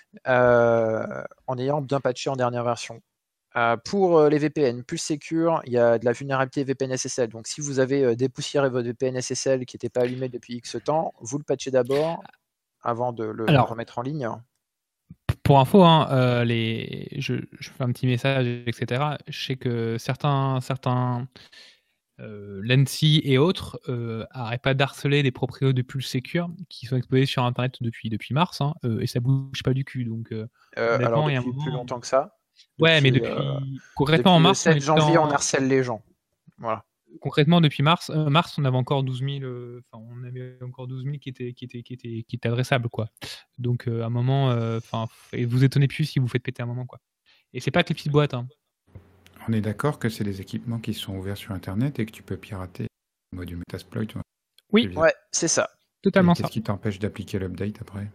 euh, en ayant bien patché en dernière version. Euh, pour euh, les V P N plus secure, il y a de la vulnérabilité V P N S S L. Donc si vous avez euh, dépoussiéré votre V P N S S L qui n'était pas allumé depuis X temps, vous le patchez d'abord avant de le Alors, remettre en ligne. Pour info, hein, euh, les... je, je fais un petit message, et cetera. Je sais que certains, certains euh, l'A N S I et autres euh, n'arrêtent pas d'harceler des propriétaires de Pulse Secure qui sont exposés sur Internet depuis, depuis mars, hein, euh, et ça bouge pas du cul. Donc, euh, euh, alors depuis moment... plus longtemps que ça. Ouais, depuis, mais depuis euh, concrètement depuis en mars, le sept janvier, en... on harcèle les gens. Voilà. Concrètement, depuis mars, euh, mars, on avait encore douze mille, enfin, euh, on avait encore douze mille qui étaient, qui étaient, qui étaient, qui étaient adressables, quoi. Donc, euh, à un moment, enfin, euh, vous étonnez plus si vous faites péter un moment, quoi. Et c'est pas que les petites boîtes. Hein. On est d'accord que c'est des équipements qui sont ouverts sur Internet et que tu peux pirater le module Metasploit. Oui, ouais, c'est ça. Totalement et ça. Qu'est-ce qui t'empêche d'appliquer l'update après?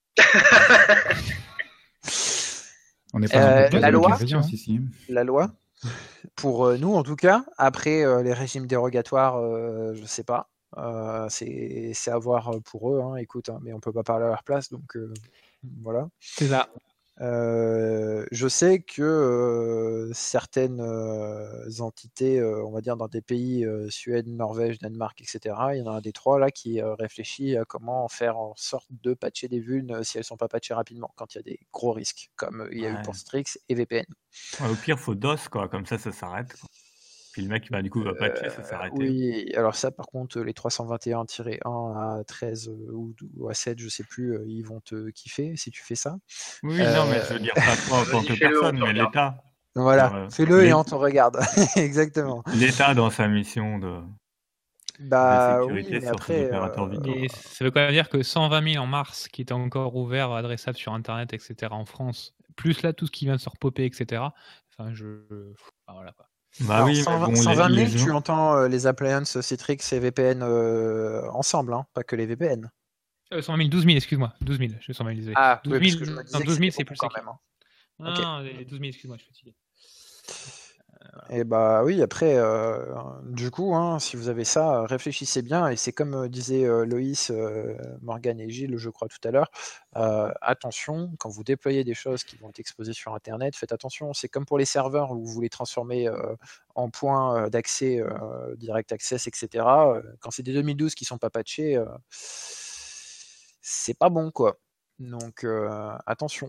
On n'est pas euh, dans la loi, ici. La loi, pour euh, nous en tout cas. Après, euh, les régimes dérogatoires, euh, je sais pas. Euh, c'est, c'est à voir pour eux. Hein, écoute, hein, mais on peut pas parler à leur place, donc euh, voilà. C'est ça. Euh, je sais que euh, certaines euh, entités, euh, on va dire dans des pays, euh, Suède, Norvège, Danemark, et cetera, il y en a un des trois là qui euh, réfléchit à comment faire en sorte de patcher des vulnes si elles ne sont pas patchées rapidement, quand il y a des gros risques, comme il y a ouais. eu pour Citrix et V P N. Ouais, au pire, faut D O S, quoi, comme ça, ça s'arrête. Quoi. Puis le mec, bah, du coup, va patcher, euh, ça s'arrête. Oui, alors ça, par contre, les trois cent vingt et un tiret un à treize ou, ou à sept, je sais plus, ils vont te kiffer si tu fais ça. Oui, euh, non, mais je veux dire pas toi en tant que personne, mais l'État. Voilà, Euh, fais-le et l'É- on te regarde. Exactement. L'État dans sa mission de, de Bah oui, sécurité mais sur ses après, opérateurs euh, vitaux. Et ça veut quand même dire que cent vingt mille en mars, qui étaient encore ouverts, adressables sur Internet, et cetera, en France, plus là, tout ce qui vient de se repoper, et cetera. Enfin, je. Enfin, voilà, quoi. Bah alors oui, mais cent vingt bon, cent les, vingt les mille, tu gens. entends euh, les appliances Citrix et V P N euh, ensemble, hein, pas que les V P N. Euh, cent vingt mille, douze mille, excuse-moi. douze mille, je suis cent vingt mille, désolé. Ah, douze oui, parce mille, que je me non, disais que douze mille, c'était c'est beaucoup plus quand sécu. même. hein. Non, Ok. non, les douze mille, excuse-moi, je suis fatigué. Et bah oui, après, euh, du coup, hein, si vous avez ça, euh, réfléchissez bien. Et c'est comme euh, disaient euh, Loïs, euh, Morgane et Gilles, je crois, tout à l'heure. euh, attention, quand vous déployez des choses qui vont être exposées sur Internet, faites attention. C'est comme pour les serveurs où vous les transformez euh, en points euh, d'accès, euh, direct access, et cetera. Euh, Quand c'est des deux mille douze qui sont pas patchés, euh, c'est pas bon, quoi. Donc, euh, attention.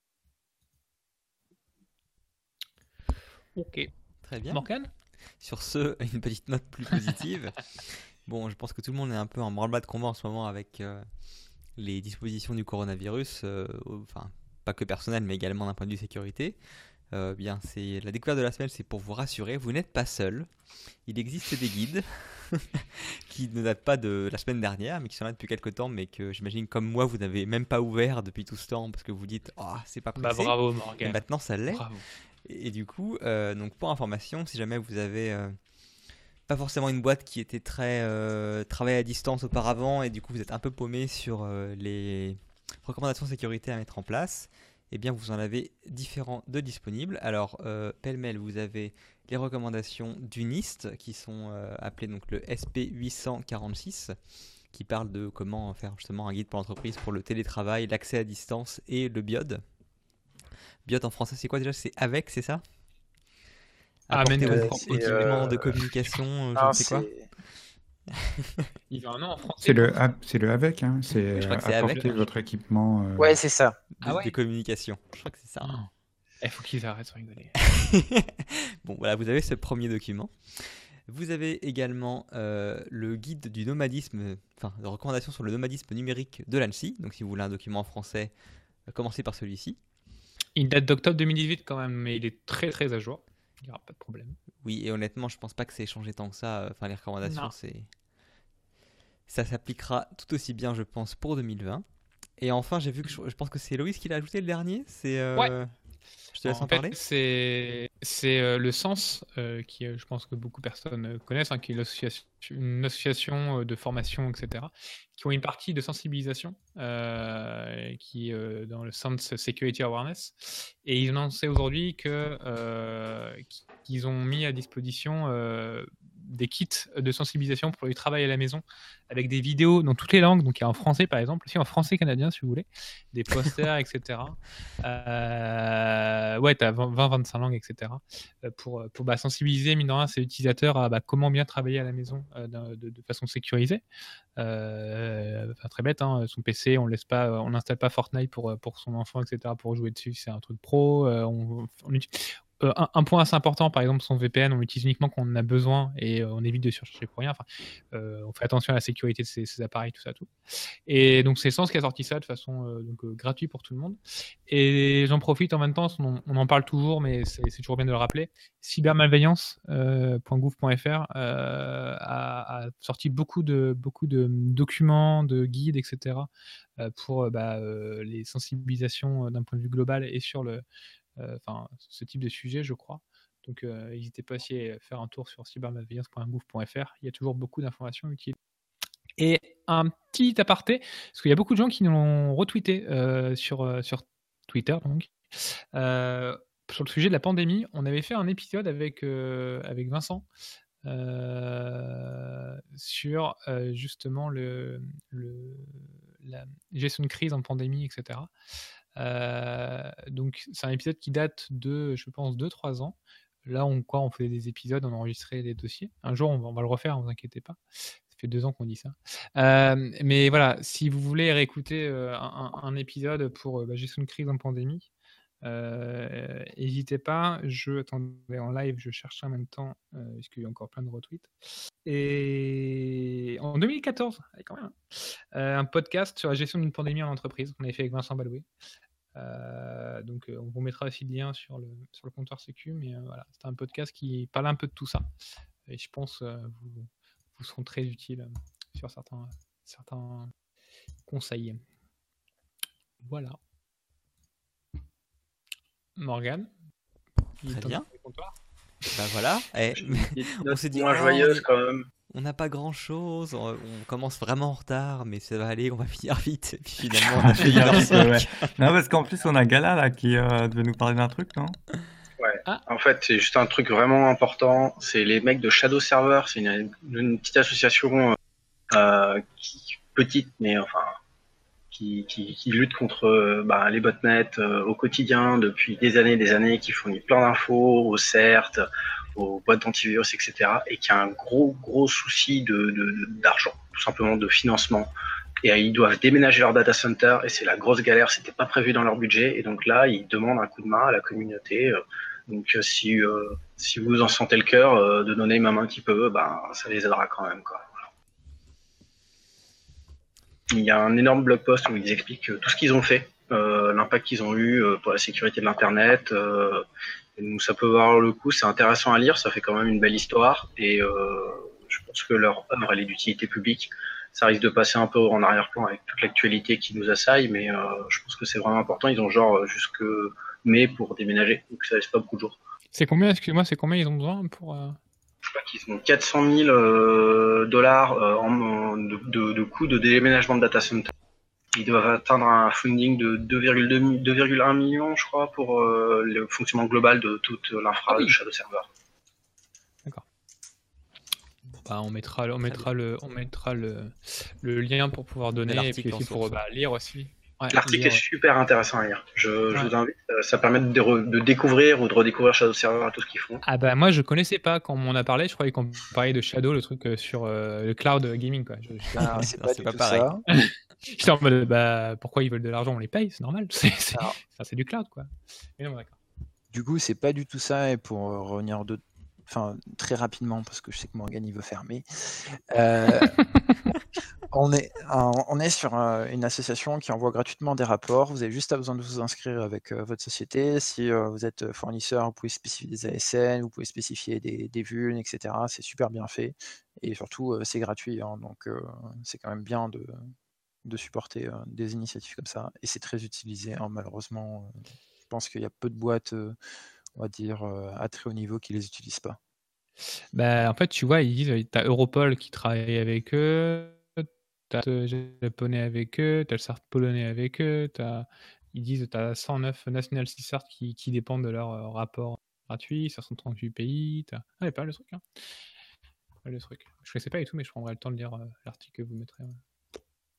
Ok. Très bien. Morgane ? Sur ce, une petite note plus positive. Bon, je pense que tout le monde est un peu en branle-bas de combat en ce moment avec euh, les dispositions du coronavirus, euh, enfin, pas que personnel, mais également d'un point de vue sécurité. Euh, bien, c'est la découverte de la semaine, c'est pour vous rassurer, vous n'êtes pas seul. Il existe des guides qui ne datent pas de la semaine dernière, mais qui sont là depuis quelques temps, mais que j'imagine comme moi, vous n'avez même pas ouvert depuis tout ce temps parce que vous dites, oh, c'est pas Bah pressé. bravo, Et Morgane. maintenant, ça l'est. Bravo. Et, et du coup, euh, donc pour information, si jamais vous avez euh, pas forcément une boîte qui était très euh, travail à distance auparavant, et du coup vous êtes un peu paumé sur euh, les recommandations de sécurité à mettre en place, eh bien vous en avez différents de disponibles. Alors euh, pêle-mêle, vous avez les recommandations du NIST qui sont euh, appelées donc le S P huit cent quarante-six, qui parle de comment faire justement un guide pour l'entreprise pour le télétravail, l'accès à distance et le B I O D. B I O D en français c'est quoi déjà? C'est avec, c'est ça? Apporter Amen. vos Euh, équi- c'est, équipements de euh, communication, euh, je non, ne sais quoi. c'est- Il a un nom en français. C'est le, a- c'est le avec, hein. C'est Oui, je crois que euh, c'est avec. apporter votre équipement. euh, Ouais, c'est ça. de, Ah ouais de communication. Je crois que c'est ça. Il Eh, faut qu'ils arrêtent de rigoler. Bon, voilà, vous avez ce premier document. Vous avez également euh, le guide du nomadisme, enfin, de recommandations sur le nomadisme numérique de l'ANSSI. Donc, si vous voulez un document en français, euh, commencez par celui-ci. Il date d'octobre deux mille dix-huit quand même, mais il est très très à jour. Il n'y aura pas de problème. Oui, et honnêtement, je pense pas que c'est changé tant que ça. Enfin, les recommandations, Non. c'est. Ça s'appliquera tout aussi bien, je pense, pour deux mille vingt. Et enfin, j'ai vu que je, je pense que c'est Loïs qui l'a ajouté le dernier. C'est. euh, Ouais. Je te laisse en, En fait, parler. c'est c'est euh, le Sens, euh, qui euh, je pense que beaucoup de personnes euh, connaissent, hein, qui est l'association- une association euh, de formation, et cetera, qui ont une partie de sensibilisation euh, qui euh, dans le Sense Security Awareness. Et ils ont annoncé aujourd'hui que euh, qu'ils ont mis à disposition euh, des kits de sensibilisation pour le travail à la maison avec des vidéos dans toutes les langues, donc il y a en français par exemple, aussi en français canadien si vous voulez, des posters, et cetera. Euh, ouais, tu as vingt à vingt-cinq langues, et cetera. euh, Pour, pour bah, sensibiliser, mine de rien, ces utilisateurs à bah, comment bien travailler à la maison euh, de, de- de façon sécurisée. Euh, enfin, très bête, hein, son P C, on laisse pas, on n'installe pas Fortnite pour, pour son enfant, et cetera, pour jouer dessus, c'est un truc pro. Euh, on, on utilise- euh, un, un point assez important, par exemple, son V P N, on l'utilise uniquement quand on en a besoin et euh, on évite de surcharger pour rien. Enfin, euh, on fait attention à la sécurité de ces, ces appareils, tout ça, tout. Et donc, c'est Sens qui a sorti ça de façon euh, donc, euh, gratuite pour tout le monde. Et j'en profite en même temps, on, on en parle toujours, mais c'est c'est toujours bien de le rappeler. cybermalveillance point gouv point f r euh, a, a sorti beaucoup de, beaucoup de documents, de guides, et cetera euh, pour euh, bah, euh, les sensibilisations euh, d'un point de vue global et sur le, euh, enfin, ce type de sujet, je crois. Donc, euh, n'hésitez pas aussi à faire un tour sur cybermalveillance point gouv point f r. Il y a toujours beaucoup d'informations utiles. Et un petit aparté, parce qu'il y a beaucoup de gens qui nous l'ont retweeté euh, sur, euh, sur Twitter, donc, euh, sur le sujet de la pandémie. On avait fait un épisode avec, euh, avec Vincent euh, sur euh, justement le, le, la gestion de crise en pandémie, et cetera. Euh, donc, c'est un épisode qui date de, je pense, deux trois ans. Là, on, quoi, on faisait des épisodes, on enregistrait des dossiers. Un jour, on va, on va le refaire, ne vous inquiétez pas. Ça fait deux ans qu'on dit ça. Euh, mais voilà, si vous voulez réécouter euh, un, un épisode pour euh, bah, gestion de crise en pandémie, euh, n'hésitez pas. Je attendais en live, je cherchais en même temps, euh, parce qu'il y a encore plein de retweets. Et en deux mille quatorze, allez, quand même, hein, euh, un podcast sur la gestion d'une pandémie en entreprise. On avait fait avec Vincent Baloué. Euh, donc euh, on vous mettra aussi le lien sur le, sur le comptoir sécu, mais euh, voilà, c'est un podcast qui parle un peu de tout ça. Et je pense euh, vous, vous seront très utiles sur certains, certains conseils. Voilà. Morgane, très bien. Ben voilà. Et, on s'est dit moins oh, joyeuse quand même. On n'a pas grand chose, on, on commence vraiment en retard, mais ça va aller, on va finir vite. Et puis finalement, on a fait une heure cinq. Ouais. Non, parce qu'en plus, on a Gala là qui euh, devait nous parler d'un truc, non? Ouais, ah. En fait, c'est juste un truc vraiment important. C'est les mecs de Shadow Server, c'est une, une petite association euh, qui, petite, mais enfin. Qui, qui, qui lutte contre euh, bah, les botnets euh, au quotidien depuis des années et des années, qui fournit plein d'infos aux C E R T, aux boîtes d'antivirus, et cetera. Et qui a un gros, gros souci de, de, d'argent, tout simplement de financement. Et euh, ils doivent déménager leur data center et c'est la grosse galère, c'était pas prévu dans leur budget. Et donc là, ils demandent un coup de main à la communauté. Donc euh, si, euh, si vous en sentez le cœur euh, de donner ma main qui peut, bah, ça les aidera quand même, quoi. Il y a un énorme blog post où ils expliquent tout ce qu'ils ont fait, euh, l'impact qu'ils ont eu pour la sécurité de l'Internet. Euh, donc ça peut valoir le coup, c'est intéressant à lire, ça fait quand même une belle histoire. Et euh, je pense que leur œuvre, elle est d'utilité publique. Ça risque de passer un peu en arrière-plan avec toute l'actualité qui nous assaille, mais euh, je pense que c'est vraiment important. Ils ont genre jusque mai pour déménager, donc ça laisse pas beaucoup de jours. C'est combien, excuse-moi, c'est combien ils ont besoin pour... Euh... Je crois qu'ils ont quatre cent mille euh, dollars euh, en, de, de, de coûts de déménagement de data center. Ils doivent atteindre un funding de deux virgule un millions, je crois, pour euh, le fonctionnement global de toute l'infra ah oui. de Shadow Server. D'accord. Bon, bah, on mettra, on mettra, le, on mettra le, le lien pour pouvoir donner et puis aussi pour bah, lire aussi. Ouais, l'article lire, est super intéressant à lire. Je, ouais. je vous invite. Ça permet de, re, de découvrir ou de redécouvrir Shadow Server et tout ce qu'ils font. Ah bah moi je connaissais pas quand on m'en a parlé. Je croyais qu'on parlait de Shadow, le truc sur euh, le cloud gaming quoi. Je, je... Ah, c'est pas, pas pareil. J'étais en mode bah pourquoi ils veulent de l'argent, on les paye, c'est normal. C'est, c'est, c'est du cloud quoi. Mais non, d'accord. Du coup c'est pas du tout ça. Et pour euh, revenir de, enfin très rapidement parce que je sais que Morgane il veut fermer. Euh... On est, on est sur une association qui envoie gratuitement des rapports. Vous avez juste besoin de vous inscrire avec votre société. Si vous êtes fournisseur, vous pouvez spécifier des A S N, vous pouvez spécifier des, des vulnes, et cetera. C'est super bien fait. Et surtout, c'est gratuit. Hein, donc, c'est quand même bien de, de supporter des initiatives comme ça. Et c'est très utilisé. Hein, malheureusement, je pense qu'il y a peu de boîtes, on va dire, à très haut niveau qui les utilisent pas. Bah, en fait, tu vois, ils disent tu as Europol qui travaille avec eux. T'as le japonais avec eux, t'as le C E R T polonais avec eux, t'as... ils disent que t'as cent neuf National C E R T qui, qui dépendent de leur euh, rapport gratuit, ça sont trente-huit pays, t'as... Ah, il y a pas mal de trucs, hein. Pas mal de trucs. Je ne sais pas et tout, mais je prendrai le temps de lire euh, l'article que vous mettrez. Ouais.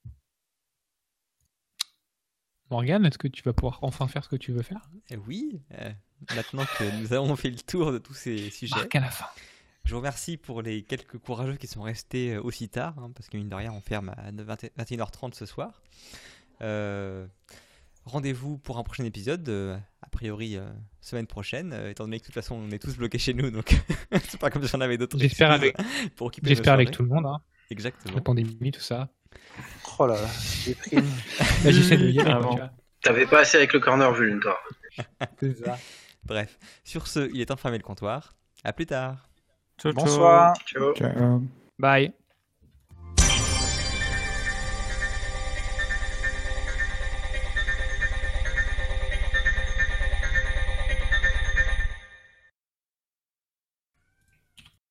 Morgane, est-ce que tu vas pouvoir enfin faire ce que tu veux faire ? Eh oui, euh, maintenant que nous avons fait le tour de tous ces sujets. Marque à la fin. Je vous remercie pour les quelques courageux qui sont restés aussi tard, hein, parce que mine de rien, on ferme à vingt et une heures trente ce soir. Euh, rendez-vous pour un prochain épisode, euh, a priori euh, semaine prochaine, euh, étant donné que de toute façon on est tous bloqués chez nous, donc c'est pas comme si on avait d'autres J'espère avec, pour occuper J'espère avec tout le monde. Hein. Exactement. La pandémie, tout ça. Oh là là, j'ai pris une... Là, j'essaie de lire avant. T'avais pas assez avec le corner vuln, toi. C'est ça. Bref, sur ce, il est temps de fermer le comptoir. À plus tard. Ciao, Bonsoir. Ciao. Ciao. Bye.